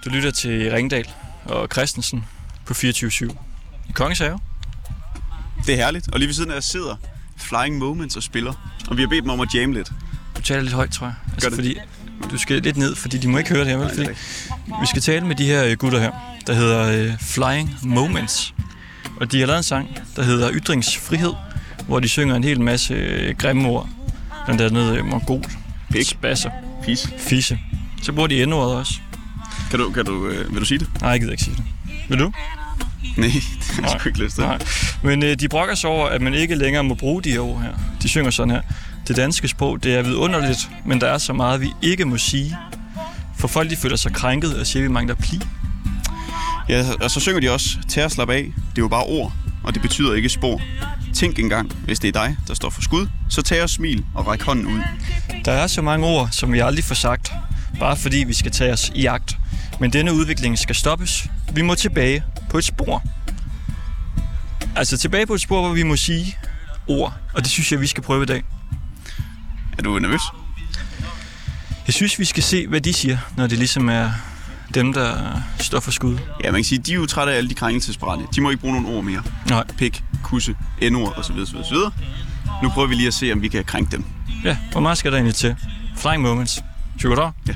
Du lytter til Ringdal og Christensen på 24/7 i Kongens Have. Det er herligt, og lige ved siden af os sidder Flying Moments og spiller, og vi har bedt dem om at jamme lidt. Du taler lidt højt, tror jeg. Altså, fordi du skal lidt ned, fordi de må ikke høre det her, vel? Fordi vi skal tale med de her gutter her, der hedder Flying Moments. Og de har lavet en sang, der hedder Ytringsfrihed, hvor de synger en hel masse grimme ord. Blandt andet mongol, spasser, fisse. Så bruger de n-ordet også. Vil du sige det? Nej, jeg gider ikke sige det. Vil du? Nej, det er sgu ikke lyst til. Men de brokker sig over, at man ikke længere må bruge de her ord her. De synger sådan her. Det danske sprog, det er vidunderligt, men der er så meget, vi ikke må sige. For folk, de føler sig krænket og siger, vi mangler pli. Ja, og så synger de også, tag og slap af. Det er jo bare ord, og det betyder ikke spor. Tænk engang, hvis det er dig, der står for skud, så tag og smil og ræk hånden ud. Der er så mange ord, som vi aldrig får sagt, bare fordi vi skal tage os i agt. Men denne udvikling skal stoppes. Vi må tilbage på et spor. Altså tilbage på et spor, hvor vi må sige ord, og det synes jeg, vi skal prøve i dag. Er du nervøs? Jeg synes, vi skal se, hvad de siger, når det ligesom er dem, der står for skud. Ja, man kan sige, de er jo trætte af alle de krænkelsesparate. De må ikke bruge nogle ord mere. Nej. Pik, kusse, n-ord osv. Nu prøver vi lige at se, om vi kan krænke dem. Ja, hvor meget skal der egentlig til? Flying Moments. Sugar. Ja.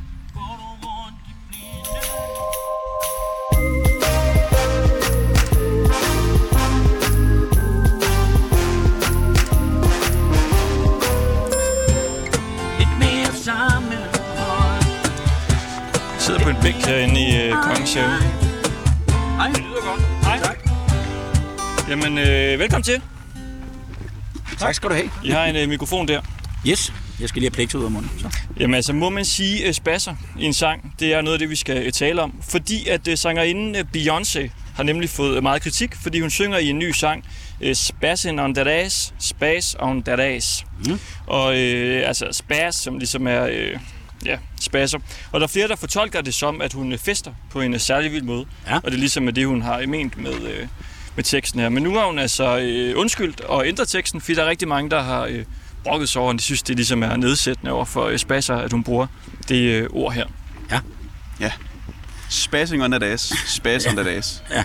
Sidder på en bænk herinde i Kongens Have. Hej, det lyder godt. Hej. Tak. Jamen, velkommen til. Tak skal du have. I har en mikrofon der. Yes, jeg skal lige have plekter ud af munden. Så. Jamen altså, må man sige spasser i en sang? Det er noget af det, vi skal tale om. Fordi at sangerinden Beyoncé har nemlig fået meget kritik, fordi hun synger i en ny sang, Spassin' on that ass, Spas on that ass. Og altså spas, som ligesom er... spasser. Og der er flere, der fortolker det som, at hun fester på en særlig vild måde. Ja. Og det er ligesom det, hun har ment med teksten her. Men nu har hun altså undskyldt og ændret teksten, fordi der er rigtig mange, der har brokket sig over, og de synes, det ligesom er nedsættende over for spasser, at hun bruger det ord her. Ja. Ja. Spassing on that ass. Spas on that ass. Ja.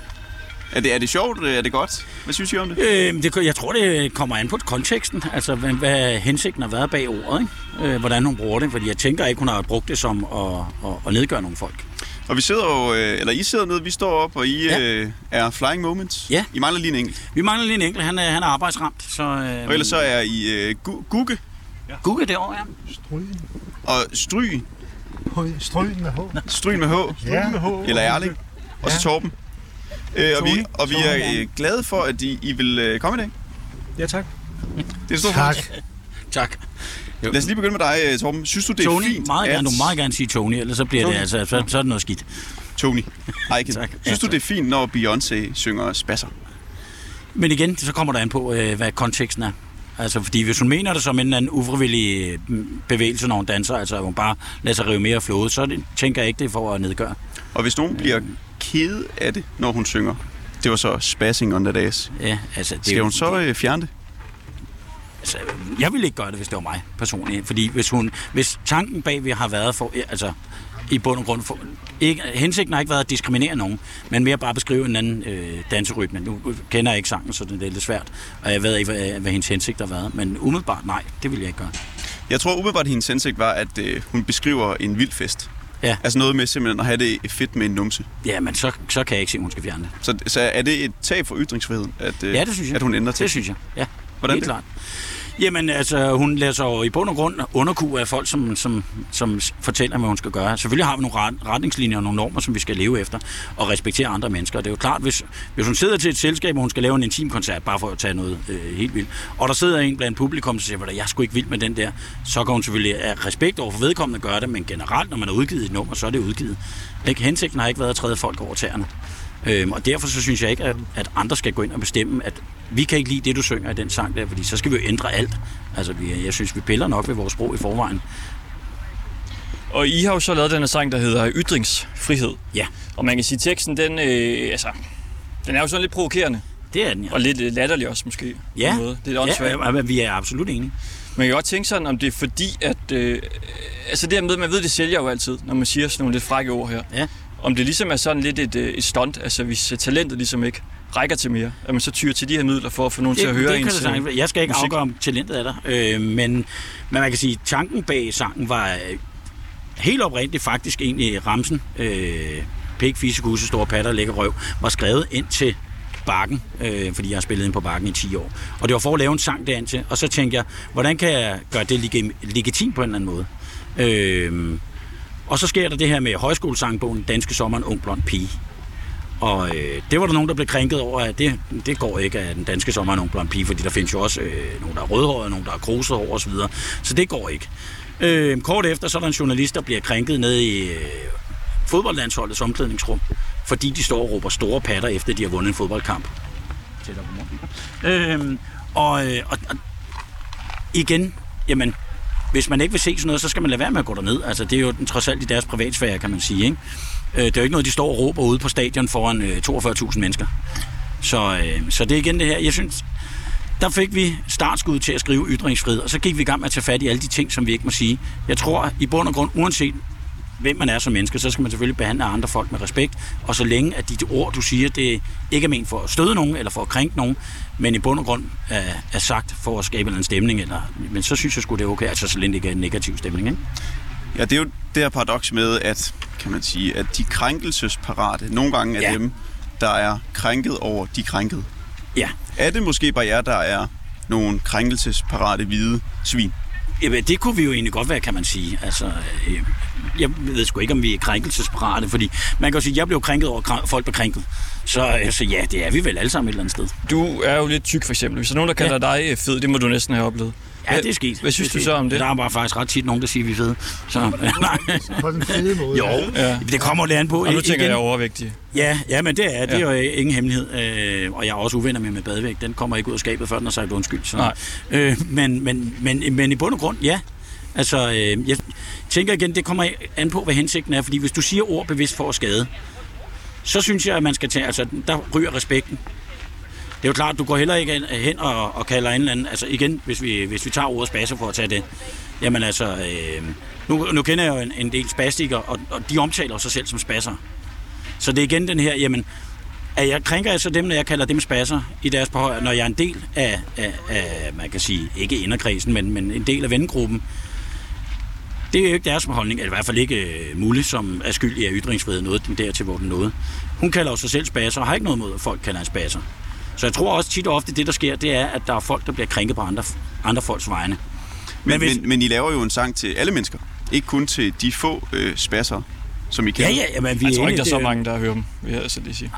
Er det sjovt? Er det godt? Hvad synes I om det? Jeg tror, det kommer an på konteksten. Altså, hvad hensigten har været bag ordet, ikke? Hvordan hun bruger det. Fordi jeg tænker ikke, hun har brugt det som at nedgøre nogle folk. Og vi sidder jo, eller I sidder nede, vi står op, og I er Flying Moments. Ja. I mangler lige en enkelt. Vi mangler lige en enkelt. Han er arbejdsramt. Så, og ellers så er I Gugge. Ja. Gugge derovre, ja. Strygen. Og Stryg. Strygen med H. Strygen med H. Ja. Eller Erling. Og så Torben. Og vi er glade for, at I vil komme i dag. Ja, tak. Det er stort. Tak. Lad os lige begynde med dig, Torben. Synes du, det er Tony, fint? Du må meget gerne sige Tony, ellers så bliver Tony. Det altså, så er det noget skidt. Tony. Tak. Synes du, det er fint, når Beyoncé synger spasser? Men igen, så kommer der an på, hvad konteksten er. Altså, fordi hvis hun mener det som en eller anden ufrivillig bevægelse, når hun danser, altså hun bare lader sig rive mere flåde, så tænker jeg ikke, det er for at nedgøre. Og hvis nogen bliver ked af det, når hun synger, det var så Spassing on that ass. Ja, altså... Skal hun så fjerne det? Altså, jeg ville ikke gøre det, hvis det var mig personligt. Fordi hvis tanken bagved har været for... Altså, i bund og grund... hensigten har ikke været at diskriminere nogen, men mere bare beskrive en anden danserytme. Nu kender jeg ikke sangen, så det er lidt svært. Og jeg ved ikke, hvad hendes hensigt har været. Men umiddelbart, nej, det vil jeg ikke gøre. Jeg tror umiddelbart, at hendes hensigt var, at hun beskriver en vild fest. Ja. Altså noget med simpelthen at have det fedt med en numse. Ja, men så kan jeg ikke se, at hun skal fjerne det. Så er det et tab for ytringsfriheden, ja, det synes jeg. At hun ændrer til? Det synes jeg, ja. Hvordan helt klart. Jamen, altså, hun lader sig jo i bund og grund underkue af folk, som fortæller, hvad hun skal gøre. Selvfølgelig har vi nogle retningslinjer og nogle normer, som vi skal leve efter, og respektere andre mennesker. Det er jo klart, hvis hun sidder til et selskab, hvor hun skal lave en intim koncert, bare for at tage noget helt vildt, og der sidder en blandt publikum, så siger, jeg er sgu ikke vild med den der, så kan hun selvfølgelig af respekt over for vedkommende gøre det, men generelt, når man har udgivet et nummer, så er det udgivet. Hensigten har ikke været at træde folk over tæerne. Og derfor så synes jeg ikke, at andre skal gå ind og bestemme, at vi kan ikke lide det, du synger i den sang der, fordi så skal vi jo ændre alt. Altså, jeg synes, vi piller nok ved vores sprog i forvejen. Og I har jo så lavet den her sang, der hedder Ytringsfrihed. Ja. Og man kan sige, at teksten, den er jo sådan lidt provokerende. Det er den, ja. Og lidt latterlig også, måske. Ja, på en måde. Det er åndssvagt. Ja, vi er absolut enige. Man kan godt tænke sådan, om det er fordi, at... altså det her med, man ved, det sælger jo altid, når man siger sådan nogle lidt frække ord her. Ja. om det ligesom er sådan lidt et stunt, altså hvis talentet ligesom ikke rækker til mere, at man så tyrer til de her midler for at få nogen til at høre ens musik. Jeg skal ikke afgøre, om talentet er der, men man kan sige, tanken bag sangen var helt oprigtigt faktisk egentlig ramsen, pæk, fisekusse, store patter, lækker røv, var skrevet ind til Bakken, fordi jeg har spillet ind på Bakken i 10 år. Og det var for at lave en sang derind til, og så tænkte jeg, hvordan kan jeg gøre det legitimt på en eller anden måde? Og så sker der det her med højskolesangbogen Danske Sommer, en ung blond pige. Og det var der nogen, der blev krænket over, at det går ikke af den danske sommer, en ung blond pige, fordi der findes jo også nogen, der er rødhårede, nogen, der er kruset over osv. Så det går ikke. Kort efter, så er der en journalist, der bliver krænket nede i fodboldlandsholdets omklædningsrum, fordi de står og råber store patter, efter de har vundet en fodboldkamp. Og igen, jamen, hvis man ikke vil se sådan noget, så skal man lade være med at gå derned. Altså, det er jo trods alt i deres privatsfære, kan man sige, ikke? Det er jo ikke noget, de står og råber ude på stadion foran 42.000 mennesker. Så det er igen det her. Jeg synes, der fik vi startskud til at skrive ytringsfrihed, og så gik vi i gang med at tage fat i alle de ting, som vi ikke må sige. Jeg tror, i bund og grund, uanset hvem man er som menneske, så skal man selvfølgelig behandle andre folk med respekt, og så længe at de ord, du siger, det ikke er ment for at støde nogen, eller for at krænke nogen, men i bund og grund er sagt for at skabe en stemning, men så synes jeg sgu, det er okay, altså så længe det ikke er en negativ stemning, ikke? Ja, det er jo det her paradoks med, at, kan man sige, at de krænkelsesparate nogle gange er dem, der er krænket over de krænkede. Ja. Er det måske bare jer, der er nogle krænkelsesparate hvide svin? Jamen, det kunne vi jo egentlig godt være, kan man sige. Altså, jeg ved sgu ikke, om vi er krænkelsesparate, fordi man kan jo sige, at jeg blev krænket over, at folk blev krænket. Så ja, det er vi vel alle sammen et eller andet sted. Du er jo lidt tyk, for eksempel. Hvis der er nogen, der kalder dig fed, det må du næsten have oplevet. Ja, det er sket. Hvad synes du så om det? Der er bare faktisk ret tit nogen, der siger, at vi er fede. Så, på den fede måde. Jo, det kommer lidt an på. Og nu tænker jeg overvægtig. Ja, men det er jo ingen hemmelighed. Og jeg er også uvenner med badevægt. Den kommer ikke ud af skabet, før den har sagt undskyld. Så. Nej. Men i bund og grund, ja. Altså, jeg tænker igen, det kommer an på, hvad hensigten er. Fordi hvis du siger ord bevidst for at skade, så synes jeg, at man skal tage, altså, der ryger respekten. Det er jo klart, du går heller ikke hen og kalder en eller anden, altså igen, hvis vi tager ordet spasser for at tage det, jamen altså, nu kender jeg jo en del spastikere, og de omtaler sig selv som spasser. Så det er igen den her, jamen, at jeg krænker så dem, når jeg kalder dem spasser i deres behøjer, når jeg er en del af man kan sige, ikke inderkredsen, men en del af vennegruppen. Det er jo ikke deres beholdning, eller i hvert fald ikke muligt, som er skyld i at ytringsfrihed noget dertil, hvor den nåede. Hun kalder jo sig selv spasser, og har ikke noget mod, at folk kalder en spasser. Så jeg tror også tit og ofte, det der sker, det er, at der er folk, der bliver krænket på andre folks vegne. Men I laver jo en sang til alle mennesker, ikke kun til de få spasser, som I kender. Ja, men vi jeg tror ikke, der er så mange, der hører dem, vil jeg altså lige sige.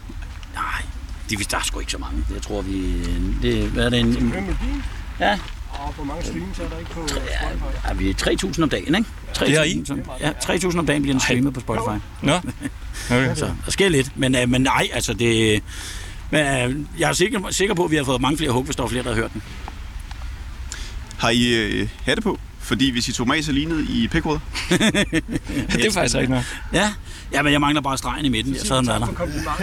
Nej, der er sgu ikke så mange. Jeg tror, hvad er det en... Ja. Og hvor mange streams er der ikke på Spotify? Ja, vi er 3.000 om dagen, ikke? 3.000 om dagen bliver den streamet på Spotify. Nå. Okay. Så der sker lidt, men nej, altså det... Men jeg er sikker på, at vi har fået mange flere hug, hvis der er flere, der har hørt den. Har I hatte på? Fordi hvis I tog med, så lignede I pikhoved? Det er faktisk ikke noget. Ja, men jeg mangler bare stregen i midten. Så havde den der.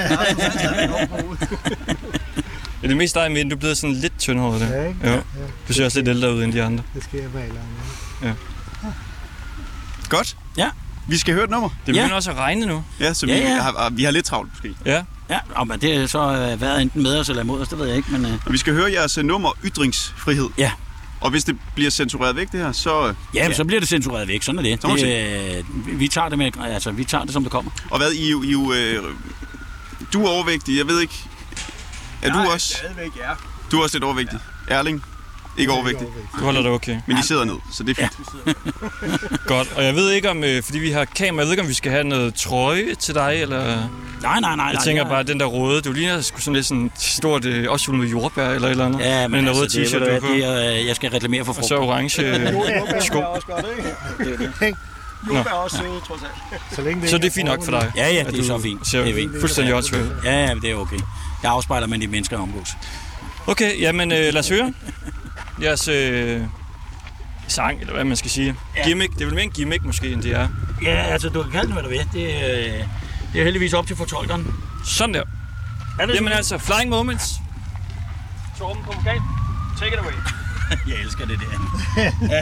Ja, det mest dig i midten, du er blevet sådan lidt tyndhåret der. Ja, ikke? Jo. Du ser også lidt ældre ud end de andre. Det sker jeg valgeren. Ja. Godt. Ja. Vi skal høre et nummer. Det begynder også at regne nu. Ja, så vi har lidt travlt måske. Ja. Ja, men det er så været enten med os eller imod os, det ved jeg ikke. Men, Og vi skal høre jeres nummer Ytringsfrihed. Ja. Og hvis det bliver censureret væk, det her, så... Så bliver det censureret væk, sådan er det. Vi tager det med, altså vi tager det, som det kommer. Og hvad, du er overvægtig, jeg ved ikke... Er du også? Stadigvæk, ja. Du er også lidt overvægtig. Erling? Ikke overvægtig. Du holder det okay. Men I sidder ned, så det er fint. Ja. Godt, og jeg ved ikke om, fordi vi har kamera, jeg ved ikke om vi skal have noget trøje til dig, eller... Nej. Jeg tænker bare, den der røde, du ligner sgu sådan lidt sådan stort, også med jordbær eller et eller andet. Ja, men den der røde t-shirt, du har på. Jeg skal reklamere for frugt. Og så orange sko. Jordbær er også søde, trods alt. Så det er fint nok for dig? Ja, det er så fint. Ser det er fint. Fuldstændig åndssvagt. Ja, det er okay. Jeg afspejler med de mennesker, jeg omgås. Okay, jamen lad os høre jeres sang, eller hvad man skal sige. Ja. Gimmick, det er vel mere en gimmick måske, end det er. Ja, altså du kan kalde det, hvad du vil. Det er heldigvis op til fortolkeren. Sådan der. Jamen altså, Flying Moments. Torben på vokal. Take it away. Jeg elsker det der.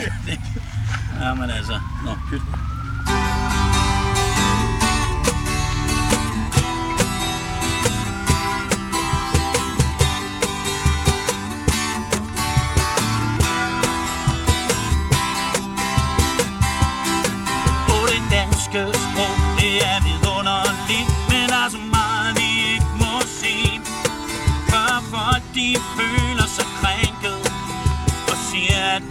Ja, men altså, pyt.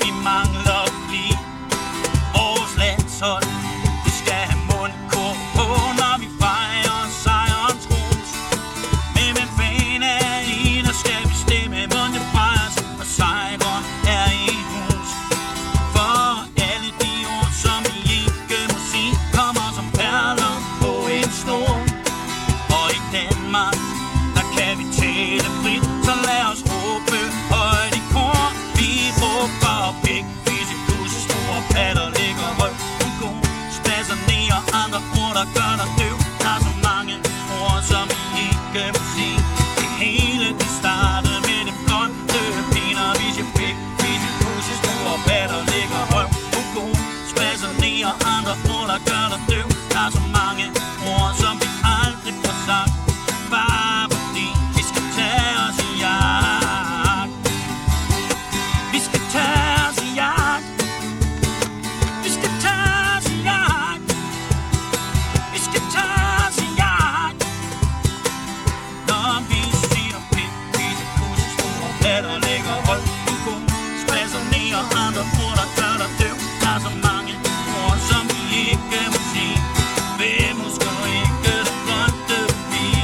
vi mangler lige vores landshold. Vi skal have mundkur på, når vi fejrer sejrens ros. Men hvem fanden er I, der skal bestemme, hvordan det fejres, og sejren er i hus? For alle de ord, som vi ikke må sige, kommer som perler på en snor. Og i Danmark, der kan vi tale frit, så lad os råbe højt i kor. Vi råber pik, fisekus, store patter, ligger røv, god, spasser ned og andre ord, der gør dig døv. Der er så mange ord, som vi ikke må sige. Det hele, det startede med det blonde piner. Vi siger pik, fisekus, store patter, ligger røv, god, spasser ned og andre ord, der gør dig døv. Der er så mange ord, som vi aldrig får sagt. Bare fordi vi skal tage os i jagt. Vi skal tage os i jagt. Vi skal tage os i jagt. Vi skal tage os i jagt. Når vi siger pik, fisekus, store patter, lægger rød, god, spasser ned og andre ord, der gør dig døv. Der er så mange ord, som vi ikke må sige. Hvem husker ikke det blonde pige?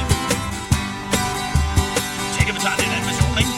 Tjek, vi tager den animation, ikke?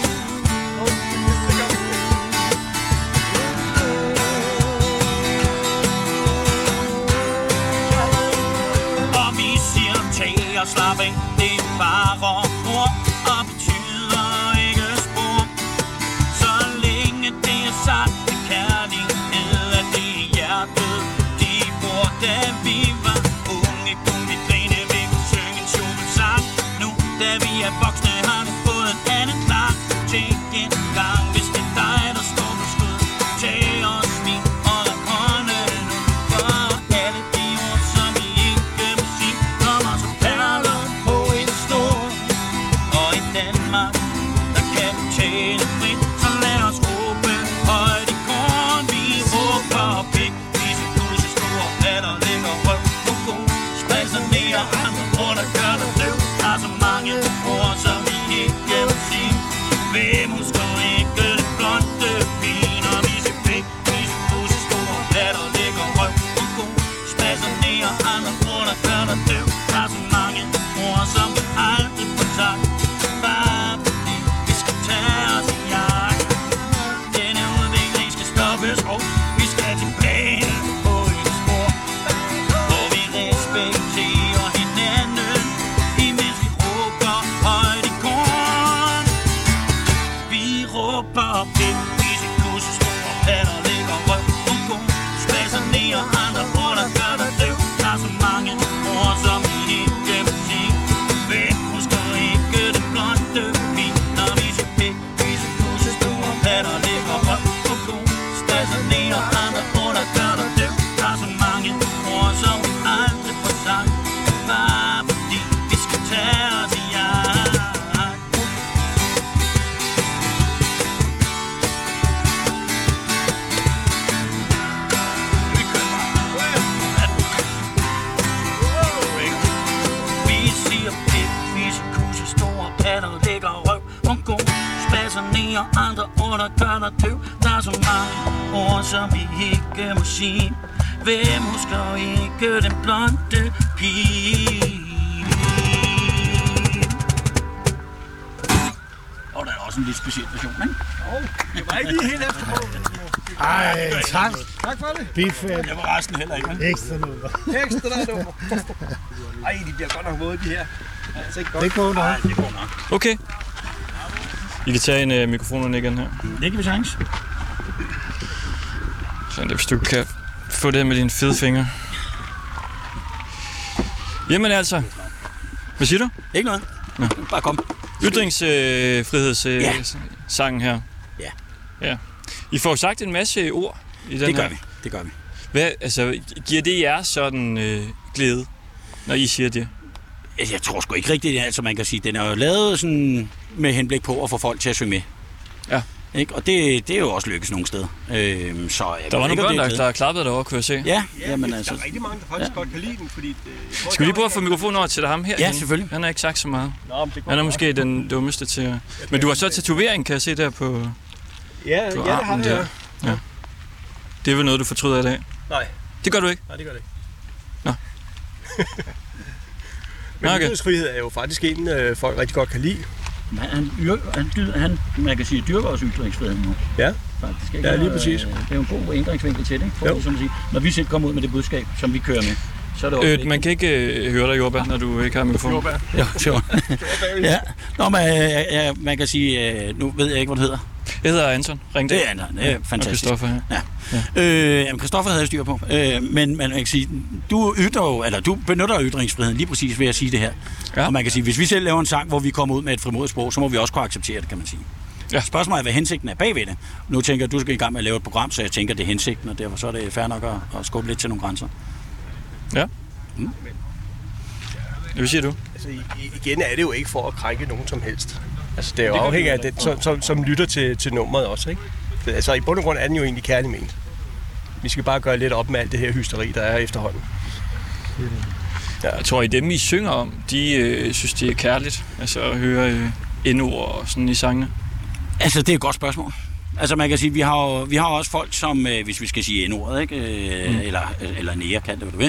Og vi siger tag og slap af. Det er bare ord og betyder ikke spor. Så længe det er sagt, det kærlighed, at det er hjertet, de bor, da vi var unge, kunne vi grine, vi kunne synge en sjovt sang. Nu, da vi er voksne, har du fået en anden klar. Tænk en gang, hvis det er dig, der står på skud. Tag og smil og lad hånden ud. For alle de ord, som vi ikke må sige, kommer som perler på en snor. Og i Danmark, der kan vi tale frit, så lad os råbe højt i korn. Vi råber pik, fisekus, store patter, lægger røv, god, spasser ned og andre ord, der gør dig døv. Der er så mange ord, som vi ikke må sige. Hvem husker ikke det blonde pige? Når vi siger pik, fisekus, store patter, lægger røv, god, spasser ned og andre ord, der gør dig døv. Der er så mange ord, som vi aldrig får sagt. Bare fordi vi skal tage os i jagt. Denne udvikling skal stoppes, og vi skal tilbage på et spor, hvor vi respekterer hinanden, imens vi råber højt i korn. Vi råber pik, fisekus, store patter, lægger røv, god, spasser ned og andre ord, der gør dig døv. Der er så mange ord, som vi ikke må sige. Hvem husker ikke det blonde pige? Når vi siger pik, fisekus, store patter, lægger røv, god, spasser ned og andre ord, der gør dig døv. Der er så mange ord, som vi aldrig får sagt. Bare fordi vi skal tage os i jagt. Vi siger pik, fisekus, store patter, lægger røv, god, spasser ned og andre ord, der gør dig døv. Der er så mange ord, som vi ikke må sige. Hvem husker ikke den blonde pige? Og der er også en lidt speciel version, ikke? Det var ikke lige helt efter på. Ej, tak. Tak for det. Biff. Jeg var resten heller ikke, men Ekstra nummer. Ekstra der nummer. Ej, de bliver godt nok våde, de her. Altså ikke godt. Det går nej, nok. det går nok. Okay. I kan tage en mikrofonerne igen her. Det kan vi sagtens. Sådan, hvis du kan få det med dine fede fingre. Jamen altså. Hvad siger du? Ikke noget. Nå. Bare kom. Ytringsfrihedssangen her. Ja. Ja. I får sagt en masse ord i den Det gør her. vi. Det gør vi. Hvad, altså, giver det jer sådan glæde, når I siger det? Jeg tror sgu ikke rigtigt, altså man kan sige, den er jo lavet sådan med henblik på at få folk til at synge med. Ja. Ikke? Og det er jo også lykkes nogle steder. Så Der var nogle børn, der klappede derovre, kunne jeg se. Ja, Ja, jamen der altså. er rigtig mange, der faktisk godt kan lide den, fordi... Skal vi lige prøve at få mikrofonen over til dig ham her? Ja, selvfølgelig. Han har ikke sagt så meget. Nå, men det går Han er godt. måske den dummeste til at... Men du har så tatovering, kan jeg se der på... Ja, på det har armen jeg. der. Ja. Det er vel noget, du fortryder i dag? Nej. Det gør du ikke? Nej, det gør det ikke. Nå. Men ytringsfrihed er jo faktisk en, folk rigtig godt kan lide. Han man kan sige, dyrker også ytringsfrihed nu. Ja. Faktisk, ikke? Ja, lige præcis. Det er jo en god indgangsvinkel til det, for, som at sige. Når vi selv kommer ud med det budskab, som vi kører med, så er det også man kan ikke høre dig, Jordbær, når du ikke har mikrofon. Ja, sure. Ja. Nå, men man kan sige, nu ved jeg ikke, hvad det hedder. Jeg hedder Anton Ringdal. Det er Anton, det er fantastisk. Og Christoffer her. Ja. Jamen, Christoffer havde jeg styr på. Men man kan sige, du benytter ytringsfriheden lige præcis ved at sige det her. Ja. Og man kan sige, hvis vi selv laver en sang, hvor vi kommer ud med et frimodigt sprog, så må vi også kunne acceptere det, kan man sige. Ja. Spørgsmålet er, hvad hensigten er bagved det. Nu tænker jeg, at du skal i gang med at lave et program, så jeg tænker, at det er hensigten, og derfor så er det fair nok at skubbe lidt til nogle grænser. Ja. Hvad siger du? Altså, igen er det jo ikke for at krænke nogen som helst. Altså, det er jo afhængigt af den, som lytter til nummeret også, ikke? Altså, i bund og grund er den jo egentlig kærlig ment. Vi skal bare gøre lidt op med alt det her hysteri, der er efterhånden. Ja. Jeg tror, at dem, I synger om, de synes, det er kærligt. Altså, at høre N-ord og sådan i sangene. Altså, det er et godt spørgsmål. Altså, man kan sige, vi har også folk, som, hvis vi skal sige N-ordet, ikke? Eller nære, kan det, hvad du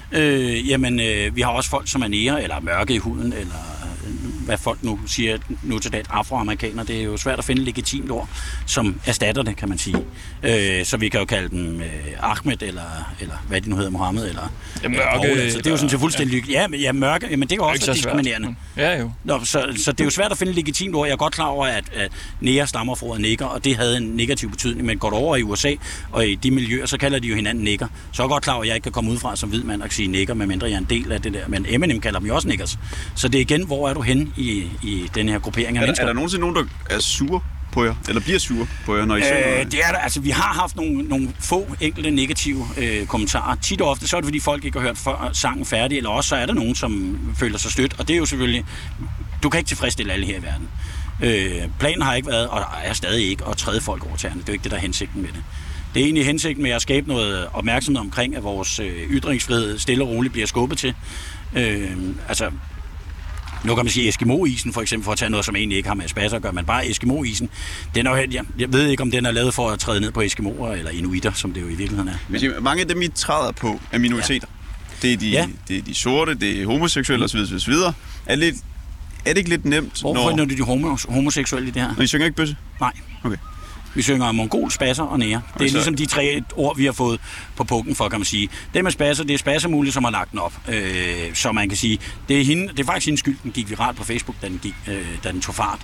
vil. Vi har også folk, som er nære, eller mørke i huden, eller hvad folk nu siger nu til dags, afroamerikaner. Det er jo svært at finde et legitimt ord, som erstatter det, kan man sige. Så vi kan jo kalde dem Ahmed, eller hvad de nu hedder, Mohammed, eller mørke. Paul, altså, det er jo sådan set fuldstændig ja, mørke, men det er jo også diskriminerende. Ja, jo. Nå, så det er jo svært at finde et legitimt ord. Jeg er godt klar over, at nære stammer fra ordet nigger, og det havde en negativ betydning, men går over i USA, og i de miljøer, så kalder de jo hinanden nigger. Så er jeg godt klar over, at jeg ikke kan komme ud fra som hvid mand og sige nigger, medmindre jeg er en del af det der. Men Eminem kalder dem jo også niggers. Så det er igen, hvor er du henne i den her gruppering af mennesker? Er der nogensinde nogen, der er sure på jer, eller bliver sure på jer, når I synger? Det er der. Altså, vi har haft nogle få enkelte negative kommentarer. Tit og ofte, så er det, fordi folk ikke har hørt sangen færdig, eller også så er der nogen, som føler sig stødt. Og det er jo selvfølgelig... Du kan ikke tilfredsstille alle her i verden. Planen har ikke været, og er stadig ikke, at træde folk over tæerne. Det er jo ikke det, der er hensigten med det. Det er egentlig hensigten med at skabe noget opmærksomhed omkring, at vores ytringsfrihed stille og roligt bliver skubbet til. Altså... Nu kan man sige Eskimo-isen, for eksempel, for at tage noget, som egentlig ikke har med spasser at gøre, men bare Eskimo-isen, den er jo, jeg ved ikke, om den er lavet for at træde ned på Eskimoer eller inuitter, som det jo i virkeligheden er. Men mange af dem, I træder på, er minoriteter. Ja. Det er de sorte, det er homoseksuelle osv. Er det ikke lidt nemt, Hvorfor finder du de homoseksuelle i det her? Når I synger ikke bøsse? Nej. Okay. Vi synger mongol, spasser og nære. Det er ligesom de 3 ord, vi har fået på punkten for, kan man sige. Det med spasser, det er spassermuligt, som har lagt den op. Så man kan sige, det er faktisk hendes skyld, den gik viralt på Facebook, da den tog fart.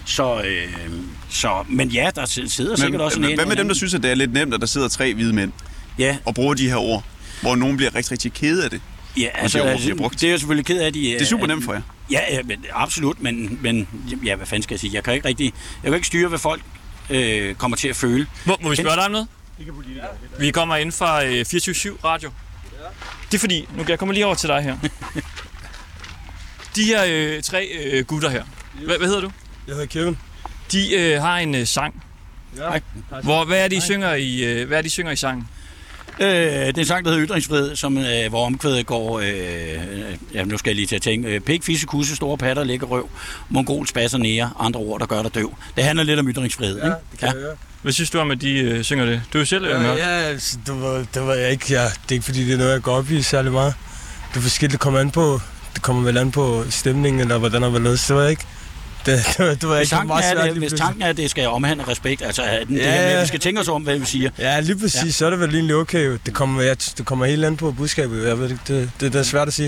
Men ja, der sidder sikkert også en... Hvad med dem, der synes, at det er lidt nemt, at der sidder 3 hvide mænd og bruger de her ord, hvor nogen bliver rigtig, rigtig kede af det? Ja, altså, det er jo selvfølgelig ked af, det er super nemt for jer. Ja, absolut, men ja, hvad fanden skal jeg sige? Jeg kan ikke styre, hvad folk kommer til at føle. Må vi spørge dig om noget? Vi kommer ind fra 24/7 Radio. Det er fordi, nu jeg kommer lige over til dig her. De her 3 gutter her. Hvad hedder du? Jeg hedder Kevin. De har en sang. Ja. Hvad er det, de synger i sangen? Det er en sang, der hedder Ytringsfrihed, hvor omkvædet går, nu skal jeg lige til at tænke, pik, fisse, kusse, store patter, lækker røv, mongol, spasser, nære, andre ord, der gør dig døv. Det handler lidt om ytringsfrihed, ikke? Det kan jeg høre. Hvad synes du om, at de synger det? Du er jo selv mørk. Ja, altså, det var jeg ikke. Det er ikke, fordi det er noget, jeg går op i særlig meget. Det er forskelligt, det kommer vel an på stemningen, eller hvordan der var lavet, så det var ikke. Det var ikke meget svært. Hvis tanken er, at det skal omhandle respekt, altså det her med, at vi skal tænke os om, hvad vi siger. Ja, lige præcis, så er det vel egentlig okay. Det kommer helt an på budskabet. Jeg ved ikke, det er svært at sige.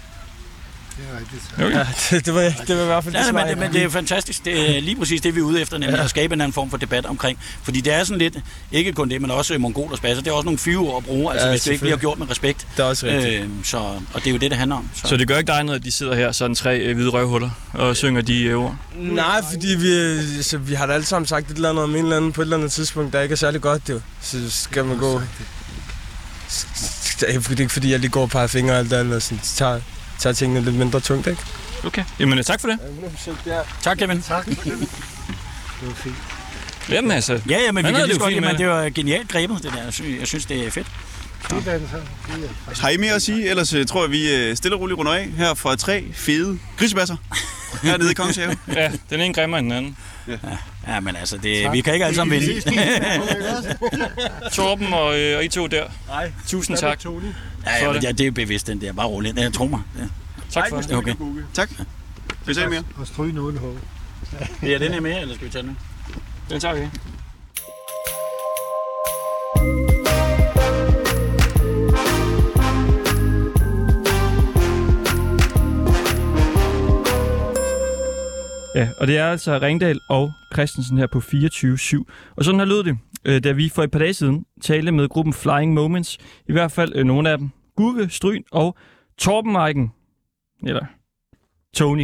Okay. Ja, det var i hvert fald det. Men det er jo fantastisk. Det er lige præcis det, vi er ude efter, nemlig at skabe en anden form for debat omkring. Fordi det er sådan lidt, ikke kun det, men også mongol og spasser. Det er også nogle fyreord at bruge, altså hvis det ikke bliver gjort med respekt. Det er også rigtigt. Og det er jo det handler om. Så det gør ikke dig noget, at de sidder her, sådan 3 hvide røvhuller, og synger de ord? Nej, fordi vi har da alle sammen sagt et eller andet om en eller anden på et eller andet tidspunkt, der ikke er særlig godt, det. Så skal man gå... Det er ikke fordi, jeg lige går og peger fingre og alt det andet, og sådan tager tingene lidt mindre tungt, ikke? Okay, jamen tak for det. Ja, 100%, Tak, Kevin. Tak. Det var fint. Jamen altså. Ja, men vi kan lige godt lide, men det var genialt grebet, det der. Jeg synes, det er fedt. Har I mere at sige? Ellers tror jeg, vi stille og roligt runder af her fra 3 fede grisebasser hernede i Kongens Have. Ja, den ene grimmer end den anden. Ja. Ja, men altså, vi kan ikke alle sammen vinde. Torben og I to der. Nej. Tusind tak. Ja, det er bevidst, den der. Bare roligt. Jeg tror mig. Ja. Tak for det. Okay. Tak. Vi ser mere. Og stryge uden hår. Ja, den er med, eller skal vi tage den? Den tager vi. Ja, og det er altså Ringdal og Christensen her på 24/7. Og sådan her lød det, da vi for et par dage siden talte med gruppen Flying Moments. I hvert fald nogle af dem. Gugge, Stryn og Torben Eiken. Eller Tony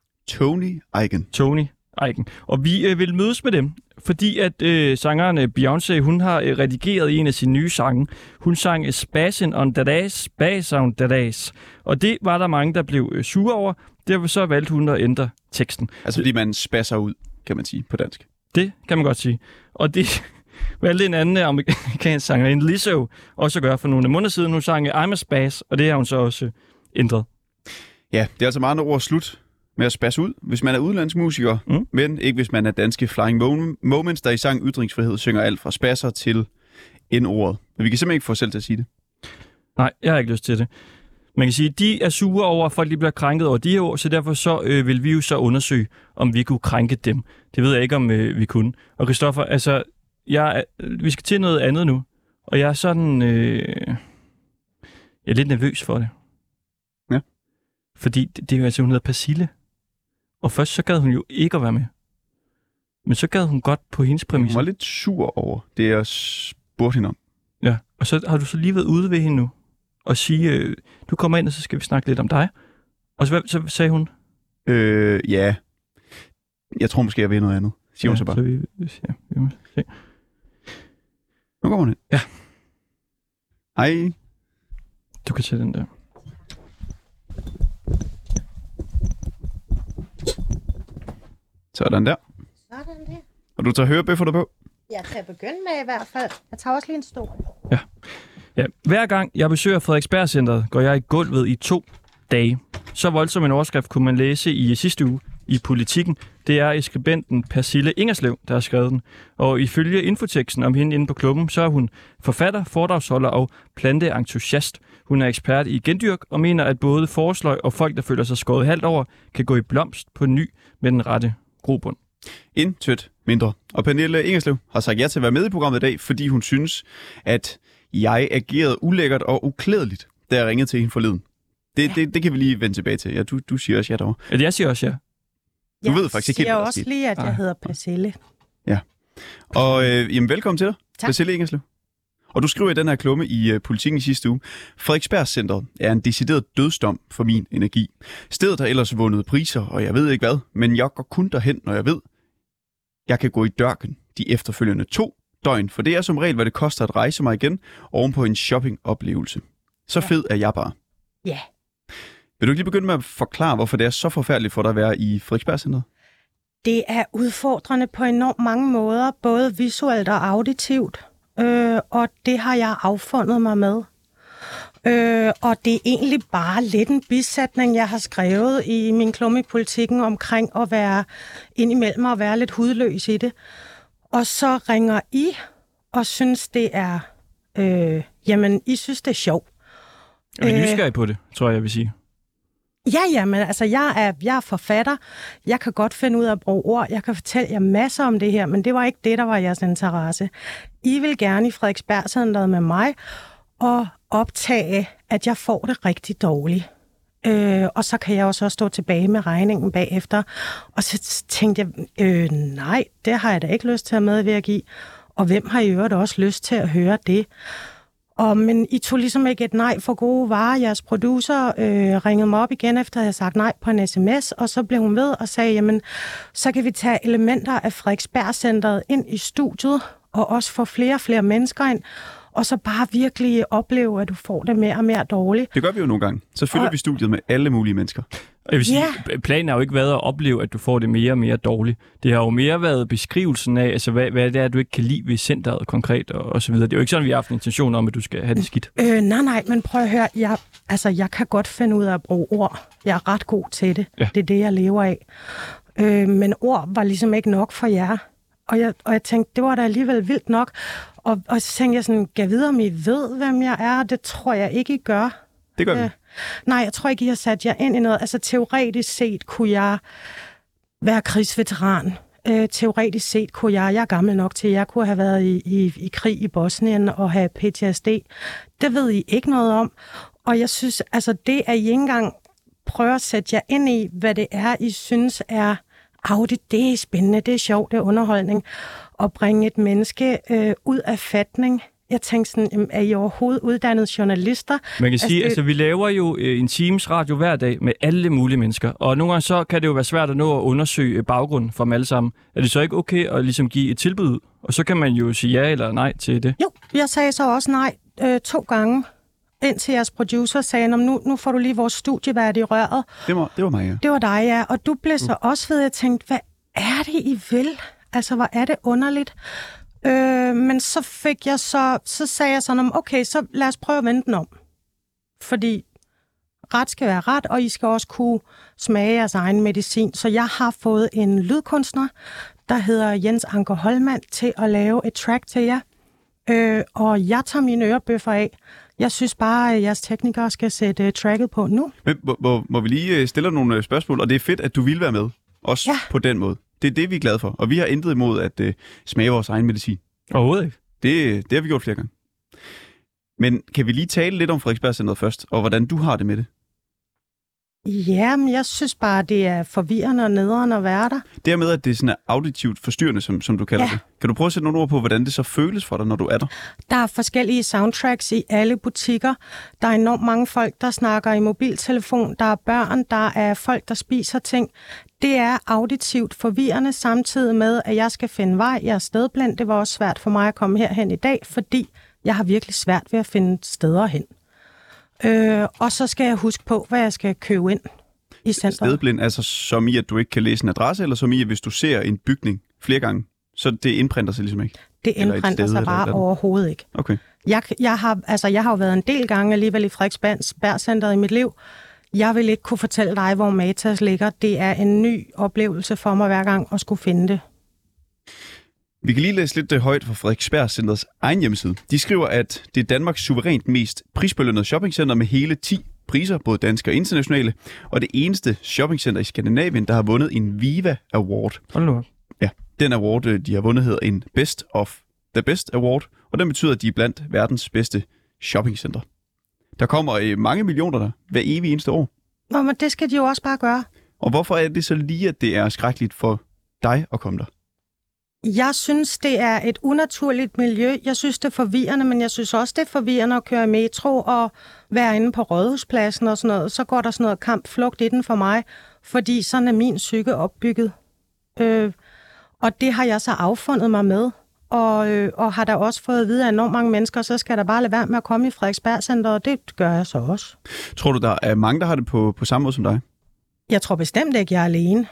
Eiken. Og vi vil mødes med dem, fordi at sangeren Beyoncé, hun har redigeret en af sine nye sange. Hun sang Spassin' on that ass, Spass on that ass. Og det var der mange, der blev sure over. Derfor så valgte hun at ændre teksten. Altså fordi man spasser ud, kan man sige på dansk. Det kan man godt sige. Og det valgte en anden amerikansk sangerinde, Lizzo, også at gøre for nogle måneder siden. Hun sang I'm a Spaz, og det har hun så også ændret. Ja, det er altså meget ord slut med at spasse ud, hvis man er udenlandsk musiker, men ikke hvis man er danske Flying Moments, der i sang Ytringsfrihed synger alt fra spasser til N-ordet. Men vi kan simpelthen ikke få os selv til at sige det. Nej, jeg har ikke lyst til det. Man kan sige, at de er sure over, at folk bliver krænket over de her ord, så derfor så vil vi jo så undersøge, om vi kunne krænke dem. Det ved jeg ikke, om vi kunne. Og Christoffer, altså, vi skal til noget andet nu, og jeg er sådan... jeg er lidt nervøs for det. Ja. Fordi det er jo altså, hun hedder Persille. Og først så gad hun jo ikke at være med. Men så gad hun godt på hendes præmisser. Hun var lidt sur over det, jeg spurgte hende om. Ja, og så har du så lige været ude ved hende nu og sige, du kommer ind, og så skal vi snakke lidt om dig. Og så sagde hun? Ja. Jeg tror måske, jeg ved noget andet. Siger hun så bare. Vi må se. Nu kommer hun ind. Ja. Hej. Du kan tage den der. Sådan der. Sådan der. Og du tager hørebøffer på? Jeg kan begynde med i hvert fald. Jeg tager også lige en stol. Ja. Hver gang jeg besøger Frederiksberg-centret, går jeg i gulvet i 2 dage. Så voldsom en overskrift kunne man læse i sidste uge i Politikken. Det er skribenten Persille Ingerslev, der har skrevet den. Og ifølge infoteksten om hende inde på klubben, så er hun forfatter, foredragsholder og planteentusiast. Hun er ekspert i gendyrk og mener, at både forårsløg og folk, der føler sig skåret halvt over, kan gå i blomst på ny med den rette grobund. Intet mindre. Og Pernille Ingerslev har sagt ja til at være med i programmet i dag, fordi hun synes, at jeg agerede ulækkert og uklædeligt, da jeg ringede til hende forleden. Det kan vi lige vende tilbage til. Ja, du siger også ja derovre. Ja, jeg siger også ja. Du ved faktisk ikke helt, jeg hvad der også skete. lige, at jeg hedder Persille. Ja. Og jamen, velkommen til dig, Persille Ingerslev. Og du skriver i den her klumme i Politikken i sidste uge, Frederiksberg-centret er en decideret dødsdom for min energi. Stedet har ellers vundet priser, og jeg ved ikke hvad, men jeg går kun derhen, når jeg ved, jeg kan gå i dørken de efterfølgende 2 døgn, for det er som regel, hvad det koster at rejse mig igen ovenpå en shoppingoplevelse. Så fed er jeg bare. Ja. Vil du ikke lige begynde med at forklare, hvorfor det er så forfærdeligt for dig at være i Frederiksberg-centret? Det er udfordrende på enormt mange måder, både visuelt og auditivt. Og det har jeg affundet mig med. Og det er egentlig bare lidt en bisætning, jeg har skrevet i min klumme i Politikken omkring at være indimellem og være lidt hudløs i det. Og så ringer I og synes, det er... jamen, I synes, det er sjovt. Jeg er nysgerrig på det, tror jeg vil sige. Ja, men altså, jeg er forfatter. Jeg kan godt finde ud af at bruge ord. Jeg kan fortælle jer masser om det her, men det var ikke det, der var jeres interesse. I vil gerne i Frederiksberg-centret med mig og optage, at jeg får det rigtig dårligt. Og så kan jeg også stå tilbage med regningen bagefter. Og så tænkte jeg, nej, det har jeg da ikke lyst til at medvirke i. Og hvem har i øvrigt også lyst til at høre det? Men I tog ligesom ikke et nej for gode varer. Jeres producer ringede mig op igen, efter jeg havde sagt nej på en sms, og så blev hun ved og sagde, jamen, så kan vi tage elementer af Frederiksberg-centret ind i studiet, og også få flere og flere mennesker ind, og så bare virkelig opleve, at du får det mere og mere dårligt. Det gør vi jo nogle gange. Så fylder vi studiet med alle mulige mennesker. Jeg vil sige, planen har jo ikke været at opleve, at du får det mere og mere dårligt. Det har jo mere været beskrivelsen af, altså, hvad det er, du ikke kan lide ved centret konkret og så videre. Det er jo ikke sådan, vi har haft en intention om, at du skal have det skidt. Nej, men prøv at høre. Jeg kan godt finde ud af at bruge ord. Jeg er ret god til det. Ja. Det er det, jeg lever af. Men ord var ligesom ikke nok for jer. Og jeg tænkte, det var da alligevel vildt nok. Og så tænkte jeg sådan, gav videre, om I ved, hvem jeg er? Det tror jeg ikke, I gør. Det gør vi. Nej, jeg tror ikke, I har sat jer ind i noget. Altså teoretisk set kunne jeg være krigsveteran. Teoretisk set kunne jeg er gammel nok til, at jeg kunne have været i krig i Bosnien og have PTSD. Det ved I ikke noget om. Og jeg synes, altså det, at I ikke engang prøver at sætte jer ind i, hvad det er, I synes er det er spændende, det er sjovt, det er underholdning. At bringe et menneske ud af fatning. Jeg tænkte sådan, er I overhovedet uddannede journalister? Man kan sige, altså vi laver jo en times radio hver dag med alle mulige mennesker, og nogle gange så kan det jo være svært at nå at undersøge baggrunden for dem alle sammen. Er det så ikke okay at ligesom give et tilbud ud? Og så kan man jo sige ja eller nej til det. Jo, jeg sagde så også nej 2 gange, indtil jeres producer sagde, nu får du lige vores studievært i røret. Det var mig, ja. Det var dig, ja. Og du blev så også ved, at jeg tænkte, hvad er det, I vil? Altså, hvor er det underligt? Men så fik jeg så sagde jeg sådan, okay, så lad os prøve at vende den om. Fordi ret skal være ret, og I skal også kunne smage jeres egen medicin. Så jeg har fået en lydkunstner, der hedder Jens Anker Holmand, til at lave et track til jer. Og jeg tager mine ørebøffer af. Jeg synes bare, at jeres teknikere skal sætte tracket på nu. Men må vi lige stille nogle spørgsmål? Og det er fedt, at du vil være med. Også på den måde. Det er det, vi er glade for. Og vi har intet imod at smage vores egen medicin. Overhovedet ikke. Det har vi gjort flere gange. Men kan vi lige tale lidt om Frederiksberg Centret først, og hvordan du har det med det? Jamen, jeg synes bare, det er forvirrende og nederen at være der. Det her med, at det er sådan auditivt forstyrrende, som du kalder det. Kan du prøve at sætte nogle ord på, hvordan det så føles for dig, når du er der? Der er forskellige soundtracks i alle butikker. Der er enormt mange folk, der snakker i mobiltelefon. Der er børn, der er folk, der spiser ting. Det er auditivt forvirrende, samtidig med, at jeg skal finde vej. Jeg er stedblind. Det var også svært for mig at komme herhen i dag, fordi jeg har virkelig svært ved at finde steder hen. Og så skal jeg huske på, hvad jeg skal købe ind i centret. Stedblind, altså som i, at du ikke kan læse en adresse, eller som i, at hvis du ser en bygning flere gange, så det indprinter sig ligesom ikke? Det indprinter sig bare overhovedet ikke. Okay. Jeg har jo været en del gange alligevel i Frederiksberg Centret i mit liv. Jeg vil ikke kunne fortælle dig, hvor Matas ligger. Det er en ny oplevelse for mig hver gang at skulle finde det. Vi kan lige læse lidt højt fra Frederiksberg Centrets egen hjemmeside. De skriver, at det er Danmarks suverænt mest prisbelønnede shoppingcenter med hele 10 priser, både danske og internationale, og det eneste shoppingcenter i Skandinavien, der har vundet en Viva Award. Hold nu. Ja, den award, de har vundet, hedder en Best of the Best Award, og den betyder, at de er blandt verdens bedste shoppingcenter. Der kommer mange millioner der hver evig eneste år. Nå, men det skal de jo også bare gøre. Og hvorfor er det så lige, at det er skrækkeligt for dig at komme der? Jeg synes, det er et unaturligt miljø. Jeg synes, det er forvirrende, men jeg synes også, det er forvirrende at køre i metro og være inde på Rådhuspladsen og sådan noget. Så går der sådan noget kampflugt i den for mig, fordi sådan er min psyke opbygget. Og det har jeg så affundet mig med. Og har der også fået at vide af enormt mange mennesker, så skal der bare lade være med at komme i Frederiksberg Center, og det gør jeg så også. Tror du, der er mange, der har det på samme måde som dig? Jeg tror bestemt ikke, jeg er alene.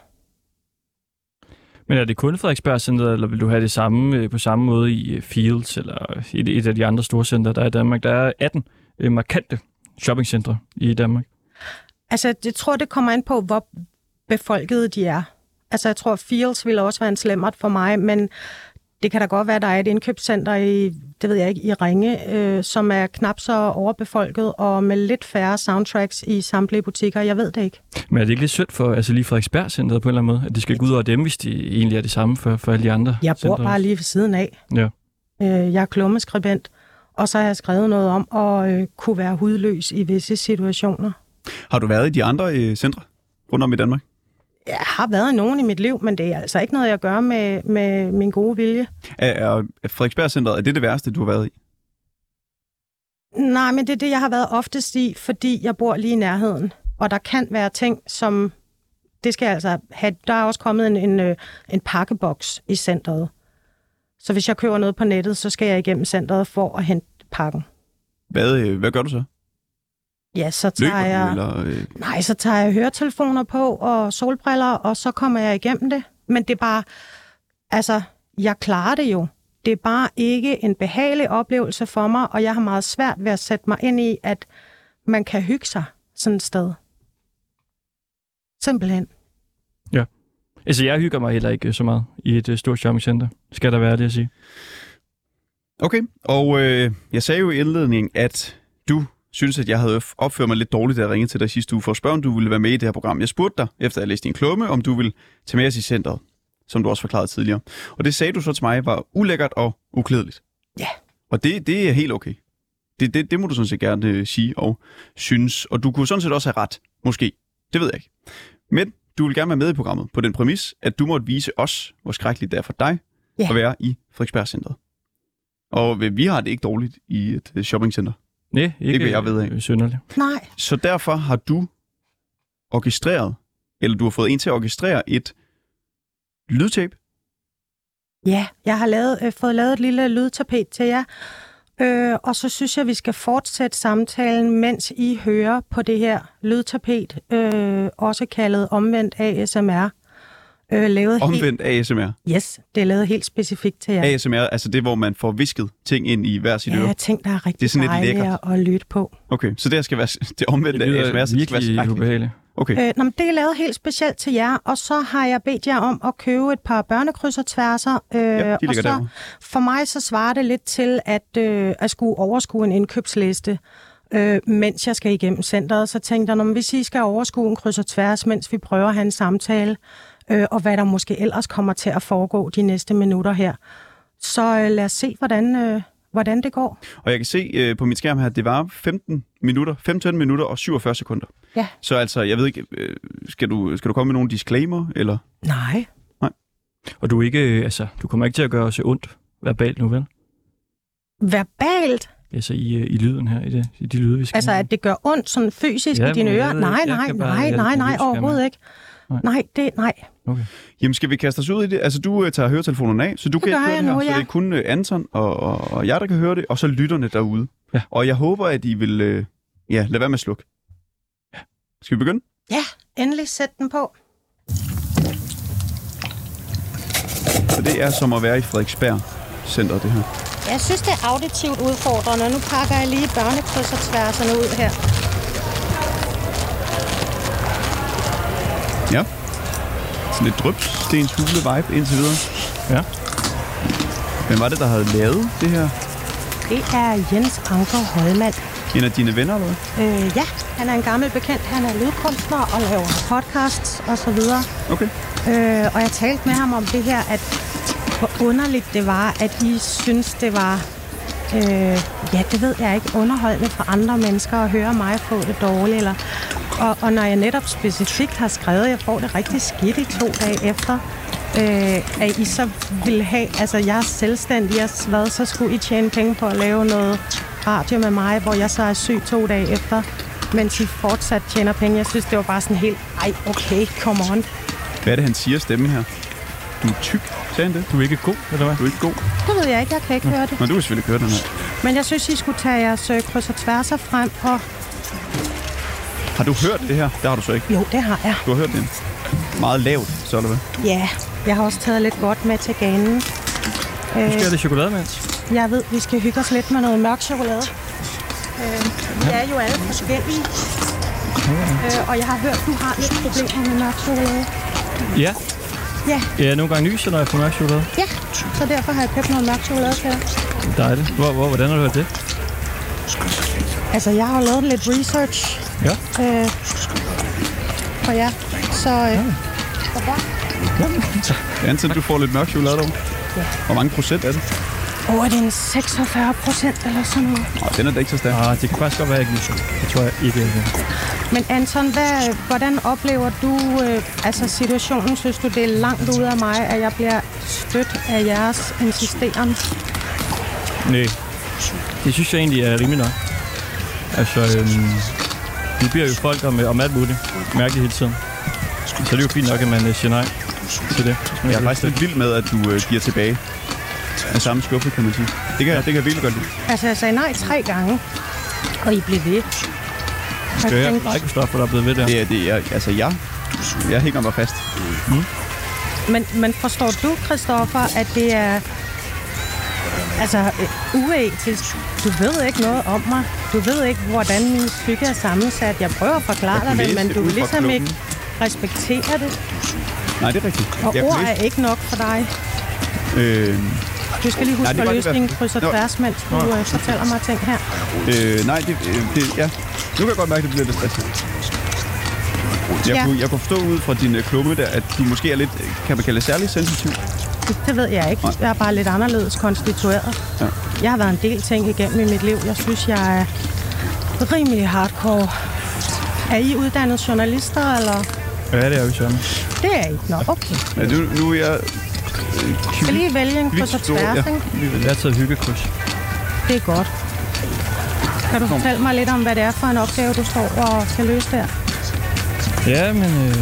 Men er det kun Frederiksberg Centret, eller vil du have det samme på samme måde i Fields, eller et af de andre store centre, der er i Danmark? Der er 18 markante shoppingcentre i Danmark. Altså, jeg tror, det kommer ind på, hvor befolkede de er. Altså, jeg tror, Fields ville også være en slemmert for mig, men det kan da godt være, der er et indkøbscenter i Ringe, som er knap så overbefolket, og med lidt færre soundtracks i samtlige butikker. Jeg ved det ikke. Men er det ikke lidt sødt for lige Frederiksberg Centret på en eller anden måde, at det skal gå ud over dem, hvis de egentlig er det samme for alle de andre Jeg bor centre? Bare lige ved siden af. Ja. Jeg er klummeskribent, og så har jeg skrevet noget om at kunne være hudløs i visse situationer. Har du været i de andre centre rundt om i Danmark? Jeg har været i nogen i mit liv, men det er altså ikke noget, jeg gør med min gode vilje. Er Frederiksberg Centret, er det værste, du har været i? Nej, men det er det, jeg har været oftest i, fordi jeg bor lige i nærheden. Og der kan være ting, som... Det skal jeg altså have. Der er også kommet en pakkeboks i centret. Så hvis jeg køber noget på nettet, så skal jeg igennem centret for at hente pakken. Hvad gør du så? Ja, så tager så tager jeg høretelefoner på og solbriller, og så kommer jeg igennem det. Men det er bare... Altså, jeg klarer det jo. Det er bare ikke en behagelig oplevelse for mig, og jeg har meget svært ved at sætte mig ind i, at man kan hygge sig sådan et sted. Simpelthen. Ja. Altså, jeg hygger mig heller ikke så meget i et stort shoppingcenter. Skal der være det at sige. Okay, og jeg sagde jo i indledningen, at du synes, at jeg havde opført mig lidt dårligt, da jeg ringede til dig sidste uge, for at spørge, om du ville være med i det her program. Jeg spurgte dig, efter jeg læste din klumme, om du ville tage med os i centret, som du også forklarede tidligere. Og det sagde du så til mig, var ulækkert og uklædeligt. Ja. Og det er helt okay. Det må du sådan set gerne sige og synes. Og du kunne sådan set også have ret. Måske. Det ved jeg ikke. Men du vil gerne være med i programmet på den præmis, at du måtte vise os, hvor skrækkeligt det er for dig at være i Frederiksberg-centret. Og vi har det ikke dårligt i et shoppingcenter. Nej, ikke jeg ved af. Synderligt. Nej. Så derfor har du orkestreret, eller du har fået en til at orkestrere et lydtape. Ja, jeg har fået lavet et lille lydtapet til jer. Og så synes jeg, vi skal fortsætte samtalen, mens I hører på det her lydtapet, også kaldet omvendt ASMR. Omvendt ASMR? Yes, det er lavet helt specifikt til jer. ASMR, altså det, hvor man får visket ting ind i hver sit øre? Ja, ting, der er rigtig dejlige at lytte på. Okay, så det skal være det omvendte ASMR, så det skal være skrækkeligt. Ubehageligt. Okay. Det er lavet helt specielt til jer, og så har jeg bedt jer om at købe et par børnekryds og tværser. Og så derovre. For mig så svarer det lidt til at skulle overskue en indkøbsliste, mens jeg skal igennem centret. Så tænkte jeg, hvis I skal overskue en kryds og tværs, mens vi prøver at have en samtale, og hvad der måske ellers kommer til at foregå de næste minutter her, så lad os se, hvordan det går. Og jeg kan se på mit skærm her, at det var 15 minutter og 47 sekunder. Ja. Så altså, jeg ved ikke, skal du komme med nogle disclaimer, eller? Nej. Og du kommer ikke til at gøre os ondt verbalt nu, vel? Verbalt? Altså i lyden her, i de lyde, vi skal. Altså, at det gør ondt sådan fysisk i dine ører? Nej, overhovedet ikke. Nej. Okay. Jamen, skal vi kaste os ud i det? Altså, du tager høretelefonerne af, så du kan ikke høre det her. Så det er kun Anton og jeg, der kan høre det, og så lytterne derude. Ja. Og jeg håber, at I vil lade være med at slukke. Ja. Skal vi begynde? Ja, endelig sæt den på. Så det er som at være i Frederiksberg-centret, det her. Jeg synes, det er auditivt udfordrende. Nu pakker jeg lige børnekryds og tværserne ud her. Ja. Sådan lidt drøbstens hule vibe indtil videre. Ja. Hvem var det, der havde lavet det her? Det er Jens Anker Holmand. En af dine venner, eller hvad? Ja, han er en gammel bekendt. Han er lydkunstner og laver podcasts og så videre. Okay. Og jeg talte med ham om det her, at hvor underligt det var, at I synes, det var, det ved jeg ikke, underholdende for andre mennesker at høre mig få det dårligt. Eller, og når jeg netop specifikt har skrevet, at jeg får det rigtig skidt i 2 dage efter, at I så ville have, altså jeg er selvstændig, så skulle I tjene penge på at lave noget radio med mig, hvor jeg så er syg 2 dage efter, mens I fortsat tjener penge. Jeg synes, det var bare sådan helt, okay, come on. Hvad er det, han siger, stemmen her? Du er tyk, sagde han det? Du er ikke god, eller hvad? Du er ikke god. Det ved jeg ikke, jeg kan ikke høre det. Men du kan selvfølgelig høre den her. Men jeg synes, I skulle tage jeres kryds og tværser frem og... Har du hørt det her? Det har du så ikke. Jo, det har jeg. Du har hørt det meget lavt, så eller hvad? Ja, jeg har også taget lidt godt med til ganen. Du skal have det chokolade, Mans. Jeg ved, vi skal hygge os lidt med noget mørk chokolade. Vi er jo alle forskellige. Og jeg har hørt, du har lidt problemer med mørk chokolade. Ja. Ja. Jeg er nogle gange nyser, når jeg får mørk chokolade. Ja, så derfor har jeg købt noget mørk chokolade til dig. Dejligt. Hvordan har du hørt det? Altså, jeg har lavet lidt research. Ja. For jer. Så, Det er antal, du får lidt mørk chokolade over. Ja. Hvor mange procent er det? Er det en 46% eller sådan noget? Den er da ikke så stærk. Det kan faktisk godt være, jeg ikke lyser. Det tror jeg ikke. Men Anton, hvordan oplever du situationen? Synes du, det er langt ud af mig, at jeg bliver stødt af jeres insisteren? Nej, det synes jeg egentlig er rimelig nok. Altså, vi bliver jo folk om alt muligt mærkeligt hele tiden. Så det er jo fint nok, at man siger nej til det. Jeg er faktisk lidt vild med, at du giver tilbage af samme skuffe, kan man sige. Det kan jeg virkelig godt lide. Altså, jeg sagde nej 3 gange, og I blev ved. Skal jeg ikke Kristoffer, der er blevet ved der? Jeg hænger mig fast. Men forstår du, Kristoffer, at det er uetisk? Du ved ikke noget om mig. Du ved ikke, hvordan min psyke er sammensat. Jeg prøver at forklare dig det, men du vil ligesom ikke respektere det. Nej, det er rigtigt. Og ord er ikke nok for dig. Du skal lige huske at løse din kryds og tværs, mens du fortæller mig ting her. Nej, ja. Nu kan jeg godt mærke, at det bliver lidt stresset. Jeg kunne forstå ud fra din klumme der, at de måske er lidt, kan man kalde det, særligt sensitiv. Det ved jeg ikke. Jeg er bare lidt anderledes konstitueret. Ja. Jeg har været en del ting igennem i mit liv. Jeg synes, jeg er rimelig hardcore. Er I uddannede journalister, eller? Ja, det er vi sådan. Det er ikke nok. Okay. Ja, nu er jeg... Skal lige vælge en kryds og tværs, ikke? Jeg har taget hyggekryds. Det er godt. Kan du fortælle mig lidt om, hvad det er for en opgave, du står og skal løse der? Ja, men...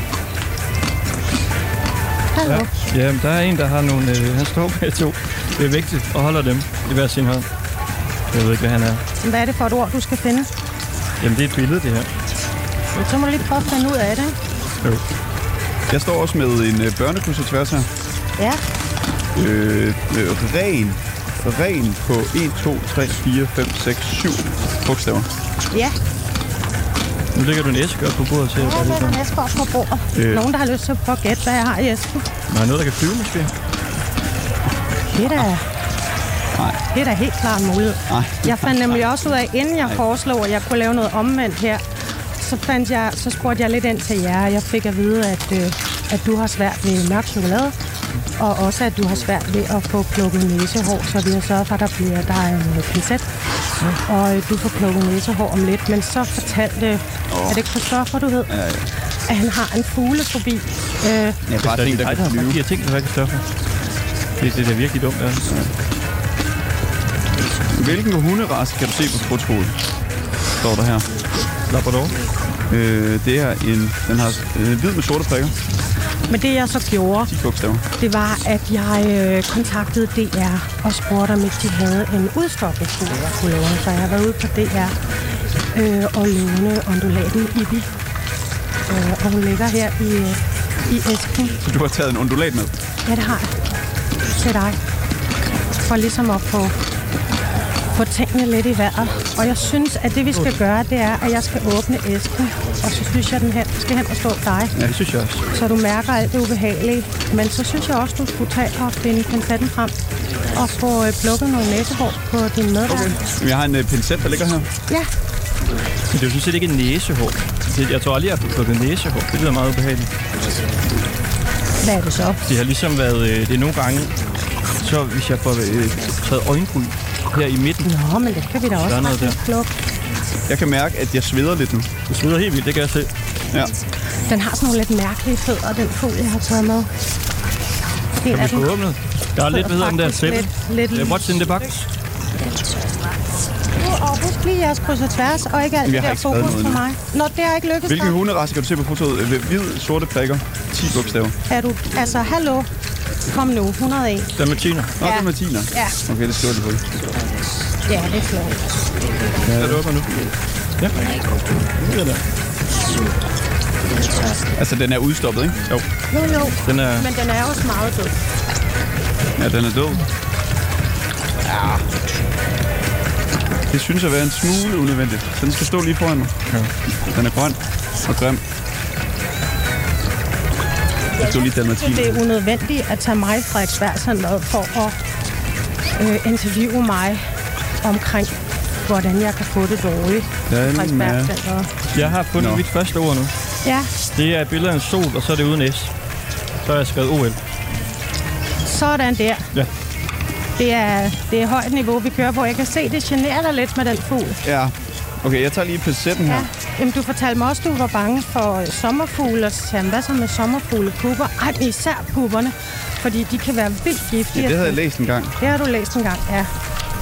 Hallo? Ja, der er en, der har nogle... han står med 2. Det er vigtigt at holde dem i hver sin hånd. Jeg ved ikke, hvad han er. Hvad er det for et ord, du skal finde? Jamen, det er et billede, det her. Så må du lige prøve at finde ud af det. Jo. Jeg står også med en børnekryds og tværs her. Ja. Ren på 1, 2, 3, 4, 5, 6, 7 bogstaver. Ja. Nu lægger du en æske op på bordet til. Ja, jeg lægger en æske op på bordet. Nogen, der har lyst til at prøve at gætte, hvad jeg har i æsken. Der er noget, der kan flyve måske. Det er da helt klart en mulighed. Jeg fandt nemlig også ud af, inden jeg foreslog, at jeg kunne lave noget omvendt her, så spurgte jeg lidt ind til jer, og jeg fik at vide, at du har svært ved mørk chokolade, og også at du har svært ved at få plukket næsehår, så vi har sørget for, at der er en pincet, og du får plukket næsehår om lidt. Men så fortalte, er det ikke Christoffer, du ved, at han har en fuglefobi. Jeg bare tænkte, der kan flyve. Jeg tænkte, det var Christoffer. Det er da virkelig dumt, ja. Hvilken hunderace kan du se på fotoet? Står der her. Labrador. Det er den har hvid med sorte prikker. Men det jeg så gjorde, det var, at jeg kontaktede DR og spurgte, om ikke de havde en udstoppet fugl, jeg kunne låne. Så jeg har været ude på DR og låne undulaten Ibi. Og hun ligger her i æsken. Så du har taget en undulat med? Ja, det har jeg. Til dig. For ligesom at få tingene lidt i vejret. Og jeg synes, at det vi skal gøre, det er, at jeg skal åbne æsken. Og så synes jeg, at den skal hen og stå dig. Ja, det synes jeg også. Så du mærker alt det ubehagelige. Men så synes jeg også, du skulle tage og finde pincetten frem. Og få plukket nogle næsehår på din medværk. Okay. Jeg har en pincet, der ligger her. Ja. Men det er jo sådan set ikke en næsehår. Jeg tror aldrig, jeg har plukket næsehår. Det lyder meget ubehageligt. Hvad er det så? Det har ligesom været... Det er nogle gange... Så hvis jeg får taget øjenbryn her i midten... Nå, men det kan vi da også faktisk plukke. Jeg kan mærke, at jeg sveder lidt nu. Du sveder helt vildt, det kan jeg se. Ja. Den har sådan nogle lidt mærkelige fødder, den fugl, jeg har taget med. Kan vi få åbnet? Der er lidt, hvad hedder den der sæt. What's in the box? Og husk lige jeres kryds og tværs, og ikke alt det der fokus på mig. Nå, det har ikke lykkes. Hvilken hunderace kan du se på fotoet? Hvid, sorte prikker, 10 bogstaver. Er du... Altså, hallo. Kom nu, 101. Dalmatiner. Nå, ja. Dalmatiner. Ja. Okay, det skriver de på. Ja, det er flot. Ja, det åbner nu. Ja. Det er der. Altså, den er udstoppet, ikke? Jo. Men den er også meget død. Ja, den er død. Ja. Det synes jeg være en smule unødvendigt. Så den skal stå lige foran mig. Ja. Den er grøn og grim. Jeg synes, det er unødvendigt at tage mig fra Frederiksberg for at interviewe mig omkring, hvordan jeg kan få det dårligt. Jeg har fundet mit første ord nu. Ja. Det er billedet af en sol, og så er det uden S. Så har jeg skrevet OL. Sådan der. Ja. Det er højt niveau, vi kører på. Jeg kan se, det generer dig lidt med den fugl. Ja. Okay, jeg tager lige pincetten her. Ja. Jamen, du fortalte mig også, at du var bange for sommerfugle. Og så sagde jeg, hvad så med sommerfuglepuber? Ej, men især pubberne, fordi de kan være vildt giftige. Ja, det havde jeg læst en gang. Det har du læst en gang, ja.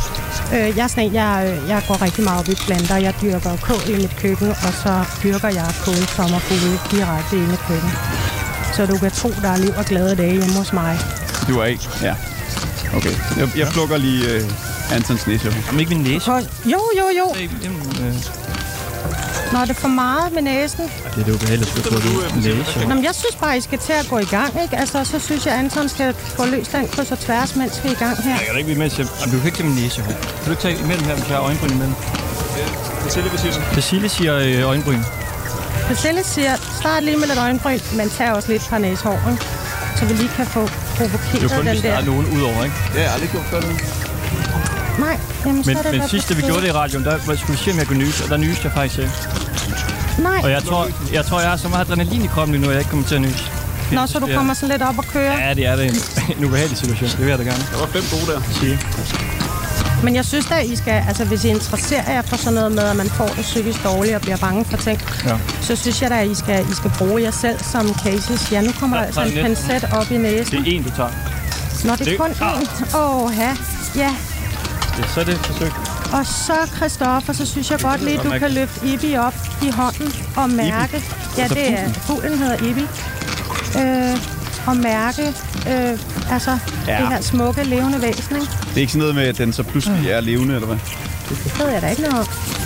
Jeg går rigtig meget op i planter. Jeg dyrker kål i mit køkken, og så dyrker jeg sommerfugle direkte i mit køkken. Så du kan tro, der er liv og glade dage hjemme hos mig. Du er ikke? Ja. Okay. Jeg plukker lige Antons næse. Men ikke min næse? Jo. Nå, det er for meget med næsen. Det er det ubehageligt, at du næse. Nå, men jeg synes bare, I skal til at gå i gang, ikke? Altså, så synes jeg, Anton skal få løst den kryds og tværs, mens vi er i gang her. Jeg kan da ikke blive med til. Du kan ikke tage min næse. Kan du ikke tage imellem her, hvis jeg har øjenbryn imellem? Cecilie, hvad siger du? Cecilie siger øjenbryn. Priscilla siger, start lige med lidt øjenbryn, men tag også lidt par næshår, ikke? Så vi lige kan få provokeret den der. Det er jo kun, hvis der er nogen udover, ikke? Det har jeg aldrig gjort før det. Nej, jamen så er det men sidst, da vi gjorde det i radioen, der skulle vi se, om jeg kunne nyse, og der nyste jeg faktisk ikke. Nej. Og jeg tror, jeg har så meget adrenalin i kroppen lige nu, at jeg ikke kommer til at nyse. Nå, så du kommer sådan lidt op og kører? Ja, det er en ubehagelig situation. Det vil jeg da gerne. Der var 5 gode der. Sige. Men jeg synes da, I skal, altså hvis I interesserer jer for sådan noget med, at man får det psykisk dårligt og bliver bange for ting, så synes jeg da, at I skal bruge jer selv som cases. Ja, nu kommer der altså en pincet op i næsen. Det er en, du tager. Nå, det er kun én. Ja. Så er det forsøgt. Og så, Christoffer, så synes jeg godt lige, du kan løfte Ibi op i hånden og mærke. Ja, det er fuglen hedder Ibi. Og mærke det her smukke, levende væsen, ikke? Det er ikke sådan noget med, at den så pludselig er levende, eller hvad? Det ved jeg da ikke noget om.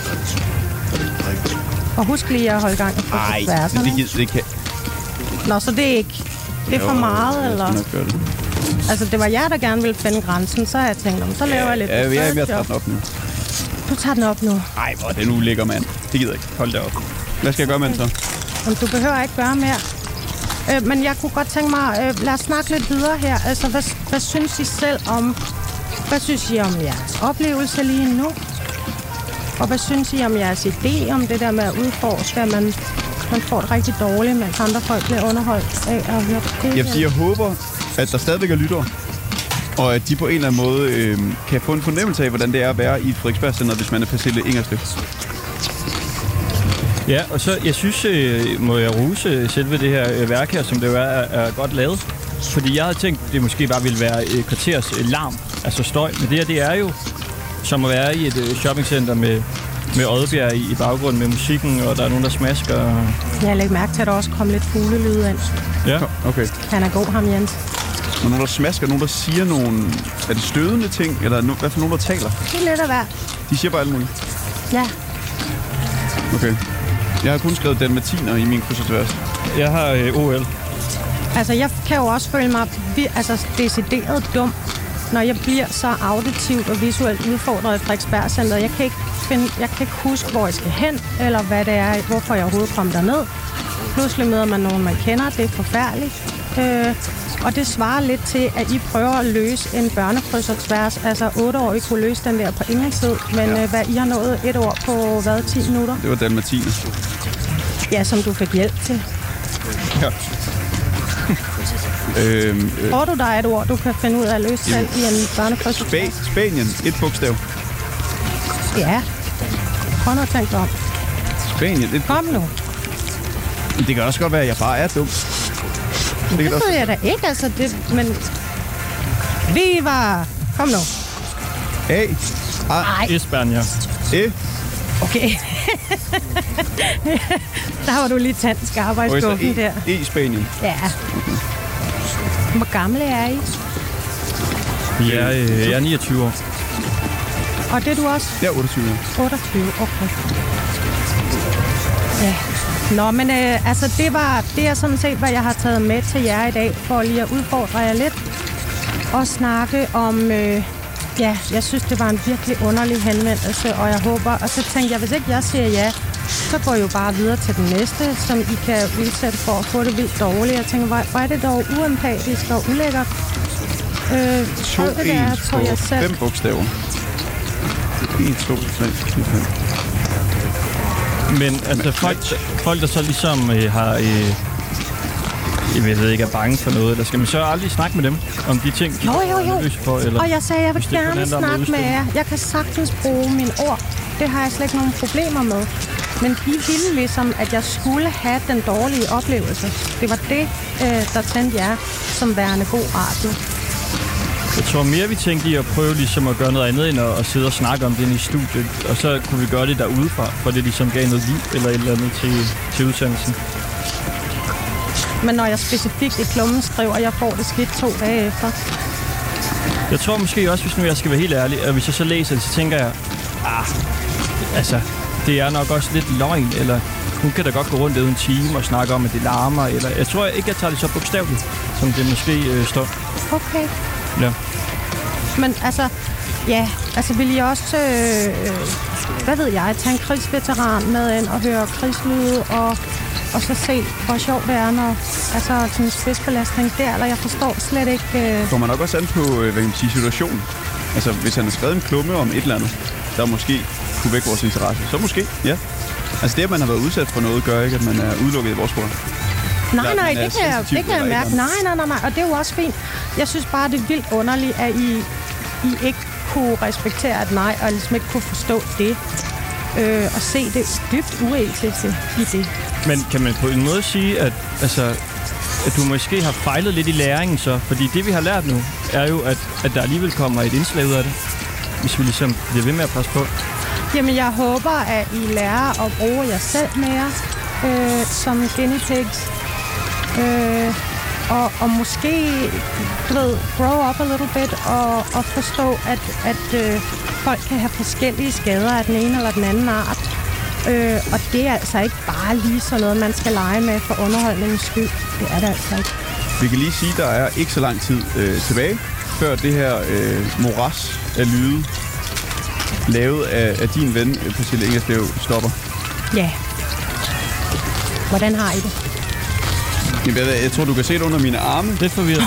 Og husk lige at holde gang i tværserne. Nej, det kan... Nå, så det er ikke... Det er for meget, eller? Altså, det var jeg, der gerne ville finde grænsen, så har jeg tænkt, så laver jeg lidt... Ja, jeg er ved at tage den op nu. Du tager den op nu? Nej, hvor det nu ligger, mand. Det gider ikke. Hold da op. Hvad skal jeg gøre med den så? Jamen, du behøver ikke gøre mere. Men jeg kunne godt tænke mig, lad os snakke lidt videre her. Altså, hvad synes I selv om... Hvad synes I om jeres oplevelse lige nu? Og hvad synes I om jeres idé om det der med at udforske, at man får det rigtig dårligt, mens andre folk bliver underholdt af at høre på det? Jeg håber, at der stadigvæk er lyttere, og at de på en eller anden måde kan få en fornemmelse af, hvordan det er at være i et Frederiksberg-center, hvis man er Priscilla Ingerslev. Ja, og så jeg synes, må jeg rose selve det her værk her, som det jo er godt lavet. Fordi jeg havde tænkt, det måske bare ville være et kvarters larm, altså støj. Men det her, det er jo som at være i et shoppingcenter med Oddbjerg i baggrunden med musikken, og der er nogen, der smasker. Jeg lægger mærke til, at der også kom lidt fuglelyde ind. Ja. Okay. Han er god, ham Jens. Og nogen, der smasker, nogen, der siger nogle... Er det stødende ting, eller hvad for nogen, der taler? Det er lidt af hvert. De siger bare alt muligt? Ja. Okay. Jeg har kun skrevet dalmatiner i min kryds og tværs. Jeg har OL. Altså, jeg kan jo også føle mig decideret dum, når jeg bliver så auditivt og visuelt udfordret i Frederiksberg-centret. Jeg kan ikke huske, hvor jeg skal hen, eller hvad det er, hvorfor jeg overhovedet kom derned. Pludselig møder man nogen, man kender. Det er forfærdeligt. Og det svarer lidt til, at I prøver at løse en børnekryds og tværs. Altså 8-årige kunne løse den der på ingen tid, men hvad I har nået et ord på, 10 minutter? Det var dalmatiner. Ja, som du fik hjælp til. Ja. Tror du, der er et ord, du kan finde ud af at løse selv i en børnekryds? Spanien, et bogstav. Ja. Prøv nu at tænke om. Spanien, et... Kom nu. Det kan også godt være, at jeg bare er dum. Det ved jeg da ikke, altså det, men... Viva! Kom nu. A. Espanja. Okay. Der var du lige tandskarper i skuffen der. I Spanien. Ja. Hvor gamle er I? Jeg er 29 år. Og det er du også? Jeg er 28 år. 28, okay. Ja. Nå, men det er sådan set, hvad jeg har taget med til jer i dag, for lige at udfordre jer lidt. Og snakke om... jeg synes, det var en virkelig underlig henvendelse, og jeg håber... Og så tænkte jeg, hvis ikke jeg siger ja, så går jeg jo bare videre til den næste, som I kan udsætte for at få det vildt dårligt. Jeg tænker, hvor er det dog uempatisk og ulækkert? 2, 1 på 5 bogstaver. 1, 2, 3, 4, 5. Men altså folk der så ligesom har... jeg ved ikke, er bange for noget, eller skal man så aldrig snakke med dem om de ting, de er nervøse for? Eller, og jeg sagde, jeg vil gerne snakke med jer. Jeg kan sagtens bruge mine ord. Det har jeg slet ikke nogen problemer med. Men de ville ligesom, at jeg skulle have den dårlige oplevelse. Det var det, der tændte jer som værende god radio. Jeg tror mere, vi tænkte i at prøve ligesom at gøre noget andet, end at sidde og snakke om det inde i studiet. Og så kunne vi gøre det derudefra, for det ligesom gav noget liv eller et eller andet til udsendelsen. Men når jeg specifikt i klummen skriver, at jeg får det skidt 2 dage efter. Jeg tror måske også, hvis nu jeg skal være helt ærlig, og hvis jeg så læser det, så tænker jeg, det er nok også lidt løgn, eller hun kan da godt gå rundt en time og snakke om, at det larmer, eller jeg tror ikke, jeg tager det så bogstaveligt, som det måske står. Okay. Ja. Men vil I også, hvad ved jeg, tage en krigsveteran med ind og høre krigslyde og og så se, hvor sjovt det er, når sådan en spidsbelastning der, eller jeg forstår slet ikke... Får man nok også an på, hvad kan man sige, situationen. Altså, hvis han har skrevet en klumme om et eller andet, der måske kunne vække vores interesse, så måske, ja. Altså det, at man har været udsat for noget, gør ikke, at man er udelukket i vores spor. Nej, det kan jeg mærke. Nej, og det er jo også fint. Jeg synes bare, det er vildt underligt, at I ikke kunne respektere et nej, og ligesom ikke kunne forstå det. Og se det dybt uetiske i det. Men kan man på en måde sige, at du måske har fejlet lidt i læringen så? Fordi det, vi har lært nu, er jo, at der alligevel kommer et indslag ud af det. Hvis vi ligesom bliver ved med at presse på. Jamen, jeg håber, at I lærer at bruge jer selv mere som guinea pigs. Og måske, grow up a little bit og forstå, at folk kan have forskellige skader af den ene eller den anden art. Og det er altså ikke bare lige sådan noget, man skal lege med for underholdningens skyld. Det er det altså ikke. Vi kan lige sige, at der er ikke så lang tid tilbage, før det her moras af lyde, lavet af din ven, Priscilla Ingerslev, stopper. Ja. Hvordan har I det? Jeg tror, du kan se det under mine arme. Det er forvirret.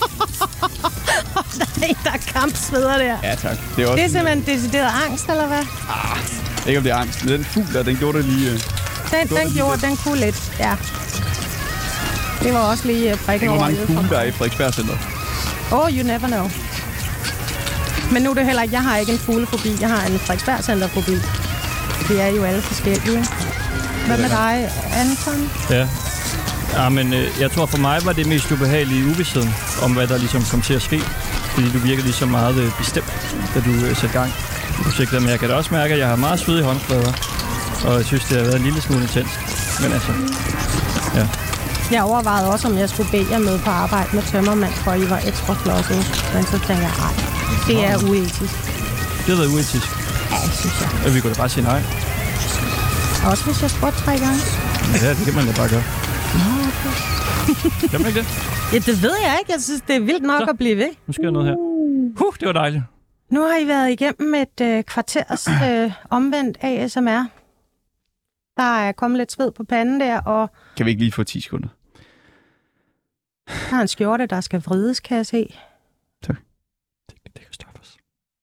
Nej, der er kampsveder der. Ja, tak. Det er simpelthen decideret angst, eller hvad? Ikke om det er angst, men den fugl der, den gjorde det lige... Den kunne lidt, ja. Det var også lige prikken over. Hvor mange fugle der er i Frederiksberg Center? You never know. Men nu er det heller ikke, jeg har ikke en fuglefobi, jeg har en Frederiksberg Center-fobi. Det er jo alle forskellige. Hvad med dig, Anton? Ja. Ja, men jeg tror for mig var det mest ubehagelige uvidstheden om, hvad der ligesom kom til at ske. Fordi du virker ligesom meget bestemt, da du satte gang i projektet. Men jeg kan da også mærke, at jeg har meget svedige håndflader. Og jeg synes, det har været en lille smule intens. Men altså, ja. Jeg overvejede også, om jeg skulle bede jer med på arbejde med tømmermand, for I var ekstra flossede. Men så tænkte jeg, nej, det er uetisk. Det har været uetisk? Ja, det synes jeg. Og vi kunne da bare sige nej. Også hvis jeg spurgte 3 gange. Ja, det kan man da bare gøre. Kan man ikke det? Ja, det ved jeg ikke. Jeg synes, det er vildt nok at blive ved. Nu sker der noget her. Det var dejligt. Nu har I været igennem et kvarters omvendt ASMR. Der er kommet lidt sved på panden der, og... Kan vi ikke lige få 10 sekunder? Der er en skjorte, der skal vrides, kan jeg se. Tak. Det kan stoppes.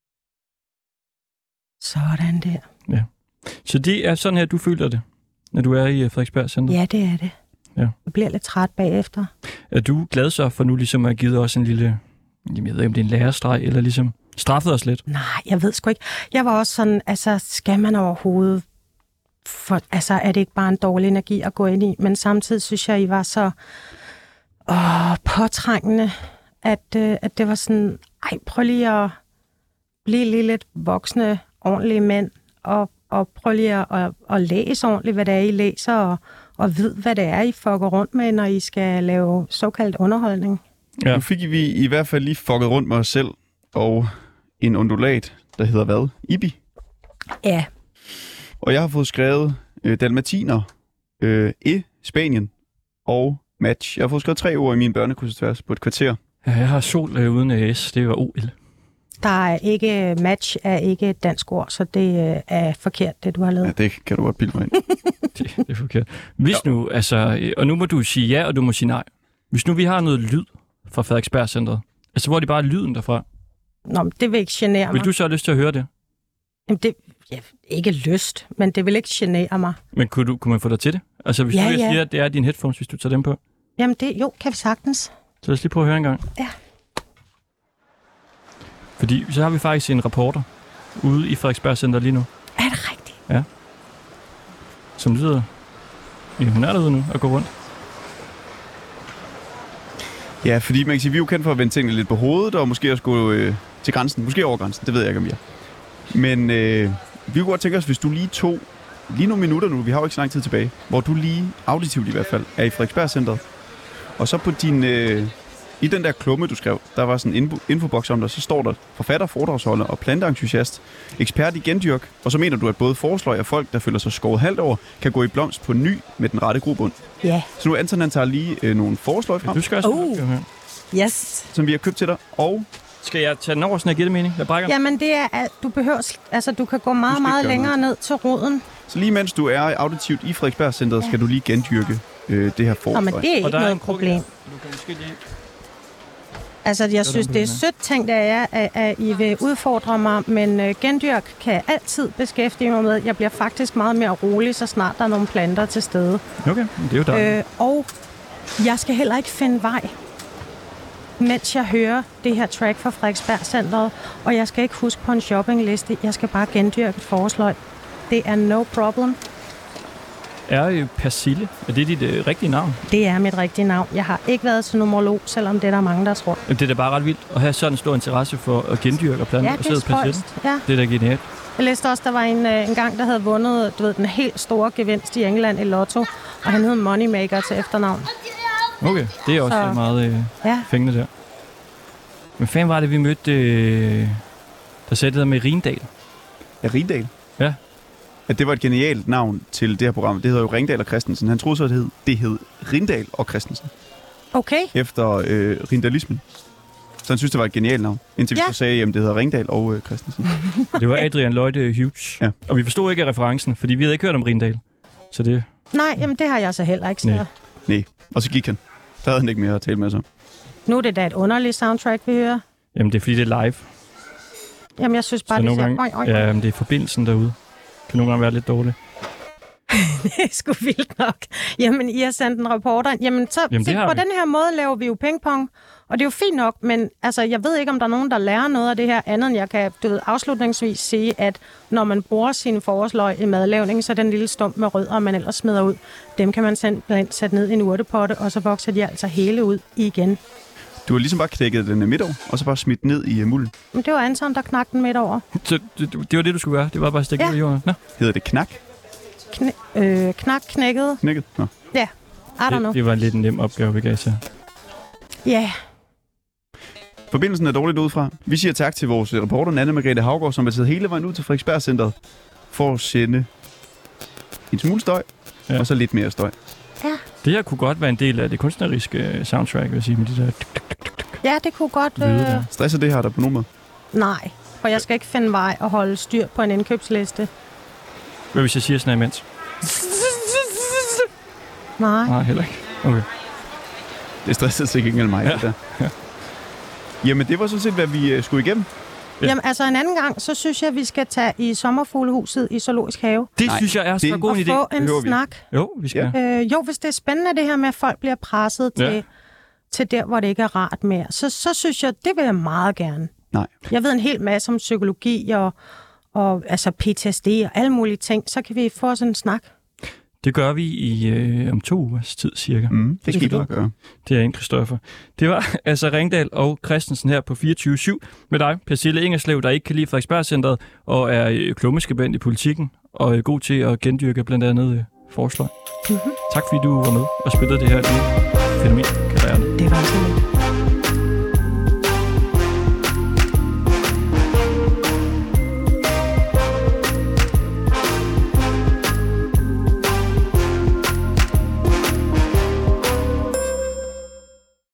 Sådan der. Ja. Så det er sådan her, du føler det, når du er i Frederiksberg Center? Ja, det er det. Ja. Jeg bliver lidt træt bagefter. Er du glad så for nu ligesom at have givet os en lille... Jamen, jeg ved ikke, om det er en lærestreg, eller ligesom straffet os lidt? Nej, jeg ved sgu ikke. Jeg var også sådan, skal man overhovedet... er det ikke bare en dårlig energi at gå ind i? Men samtidig synes jeg, I var så påtrængende, at det var sådan... prøv lige at blive lige lidt voksne, ordentlige mænd, og prøv lige at læse ordentligt, hvad det er, I læser, og ved, hvad det er, I fucker rundt med, når I skal lave såkaldt underholdning. Ja. Nu fik vi i hvert fald lige fucket rundt med os selv, og en undulat, der hedder hvad? Ibi? Ja. Og jeg har fået skrevet dalmatiner, Spanien og match. Jeg har fået skrevet 3 ord i min børnekurstvers på et kvarter. Ja, jeg har sol uden S. Det var OL. Der er ikke match, er ikke et dansk ord, så det er forkert, det du har lavet. Ja, det kan du godt bilde mig ind. det er forkert. Hvis nu, og nu må du sige ja, og du må sige nej. Hvis nu vi har noget lyd fra Frederiksberg Centeret, hvor er det bare lyden derfra? Nå, det vil ikke genere mig. Vil du så have lyst til at høre det? Jamen, ikke lyst, men det vil ikke genere mig. Men kunne man få dig til det? Hvis du siger, at det er dine headphones, hvis du tager dem på? Jamen, kan vi sagtens. Så lad os lige prøve at høre en gang. Ja. Fordi så har vi faktisk en reporter ude i Frederiksberg Center lige nu. Er det rigtigt? Ja. Som lyder... Ja, hun er derude nu og går rundt. Ja, fordi man kan sige, vi er jo kendt for at vende tingene lidt på hovedet, og måske også gå til grænsen. Måske over grænsen, det ved jeg ikke, om jeg. Men vi kunne godt tænke os, hvis du lige tog lige nogle minutter nu, vi har jo ikke så lang tid tilbage, hvor du lige, auditivt i hvert fald, er i Frederiksberg Centeret. Og så på din... I den der klumme, du skrev, der var sådan en infoboks om dig, så står der forfatter, foredragsholder og planteentusiast, ekspert i gendyrk, og så mener du, at både foreslår og folk, der føler sig skåret halvt over, kan gå i blomst på ny med den rette grobund. Ja. Så nu Anton, han tager lige nogle foreslår frem. Du skal også yes. Som vi har købt til dig, og... Skal jeg tage den over, sådan jeg giver det mening? Jeg brækker. Jamen, det er, du behøver... du kan gå meget længere ned til roden. Så lige mens du er auditivt i Frederiksberg-centret, skal du lige gendyrke det her forslag. Nå, men det er ikke noget problem. Du kan måske lige... Altså, jeg synes, det er sødt tænkt af jer, at I vil udfordre mig, men gendyrk kan jeg altid beskæftige mig med. Jeg bliver faktisk meget mere rolig, så snart der er nogle planter til stede. Okay, det er jo dejligt. Og jeg skal heller ikke finde vej, mens jeg hører det her track fra Frederiksberg-centret, og jeg skal ikke huske på en shoppingliste. Jeg skal bare gendyrke et forårsløg. Det er no problem. Er Persille, er det dit rigtige navn? Det er mit rigtige navn. Jeg har ikke været til numerolog, selvom det er der mange, der tror. Det er da bare ret vildt at have sådan en stor interesse for at gendyrke og plante. Ja, det er spøjst. Ja. Det er da genialt. Jeg læste også, der var en gang, der havde vundet den helt store gevinst i England i Lotto, og han hed Moneymaker til efternavn. Okay, det er også meget fængende der. Men fanden var det, vi mødte, der sagde det der med Rindal? Ja, Rindal? Ja. At det var et genialt navn til det her program. Det hedder jo Ringdal og Christensen. Han troede så, det hed Rindal og Christensen. Okay. Efter rindalismen. Så han synes, det var et genialt navn. Indtil vi så sagde, at det hedder Ringdal og Christensen. Det var Adrian Lloyd Hughes. Ja. Og vi forstod ikke referencen, fordi vi havde ikke hørt om Rindal. Så det... Nej, jamen det har jeg så heller ikke. Så. Nej. Og så gik han. Der havde han ikke mere at tale med sig. Nu er det da et underligt soundtrack, vi hører. Jamen det er fordi, det er live. Jamen jeg synes bare, så det nogle gange, ja, men det er forbindelsen derude. Det kan nogle gange være lidt dårligt. Det er sgu vildt nok. Jamen, I har sendt en reporter. Jamen, så på den her måde laver vi jo pingpong. Og det er jo fint nok, men altså, jeg ved ikke, om der er nogen, der lærer noget af det her andet, end jeg kan afslutningsvis sige, at når man bruger sine forårsløg i madlavning, så er den lille stump med rødder, man ellers smider ud, dem kan man sætte ned i en urtepotte, og så vokser de altså hele ud igen. Du har ligesom bare knækket den midt over, og så bare smidt ned i mulden. Men det var Anton, der knakte den midt over. Så det var det, du skulle gøre? Det var bare at stikke i jorden? Nå. Hedder det knak? Knækket. Knækket? Nå. Ja, I don't know. Det var lidt en nem opgave, vi gav til. Ja. Forbindelsen er dårligt udefra. Vi siger tak til vores reporter, Anne Margrethe Haugaard, som er taget hele vejen ud til Frederiksberg-centret for at sende en smule støj, og så lidt mere støj. Ja. Det her kunne godt være en del af det kunstneriske soundtrack, vil jeg sige, med de der... Ja, det kunne godt... Stresser det her der på nogen måde? Nej, for jeg skal ikke finde vej og holde styr på en indkøbsliste. Hvad hvis jeg siger sådan her imens? Nej, heller ikke. Okay. Det stressede sig ikke engang mig. Ja. Ja. Jamen, det var sådan set, hvad vi skulle igennem. Ja. Jamen, altså en anden gang, så synes jeg, at vi skal tage i sommerfuglehuset i Zoologisk Have. Det synes jeg er så god en idé. Og få en snak. Jo, vi skal. Jo, hvis det er spændende, det her med, at folk bliver presset til der, hvor det ikke er rart mere, så synes jeg, det vil jeg meget gerne. Nej. Jeg ved en hel masse om psykologi og altså PTSD og alle mulige ting. Så kan vi få sådan en snak. Det gør vi om 2 ugers tid, cirka. Det skal vi bare gøre. Det er en Christoffer. Det var altså Ringdal og Christensen her på 24/7 med dig, Persille Ingerslev, der ikke kan lide Frederiksberg-centret og er klummeskribent i Politikken og er god til at gendyrke blandt andet forårsløg. Tak fordi du var med og spillede det her fænomen, kan være det. Det var sådan.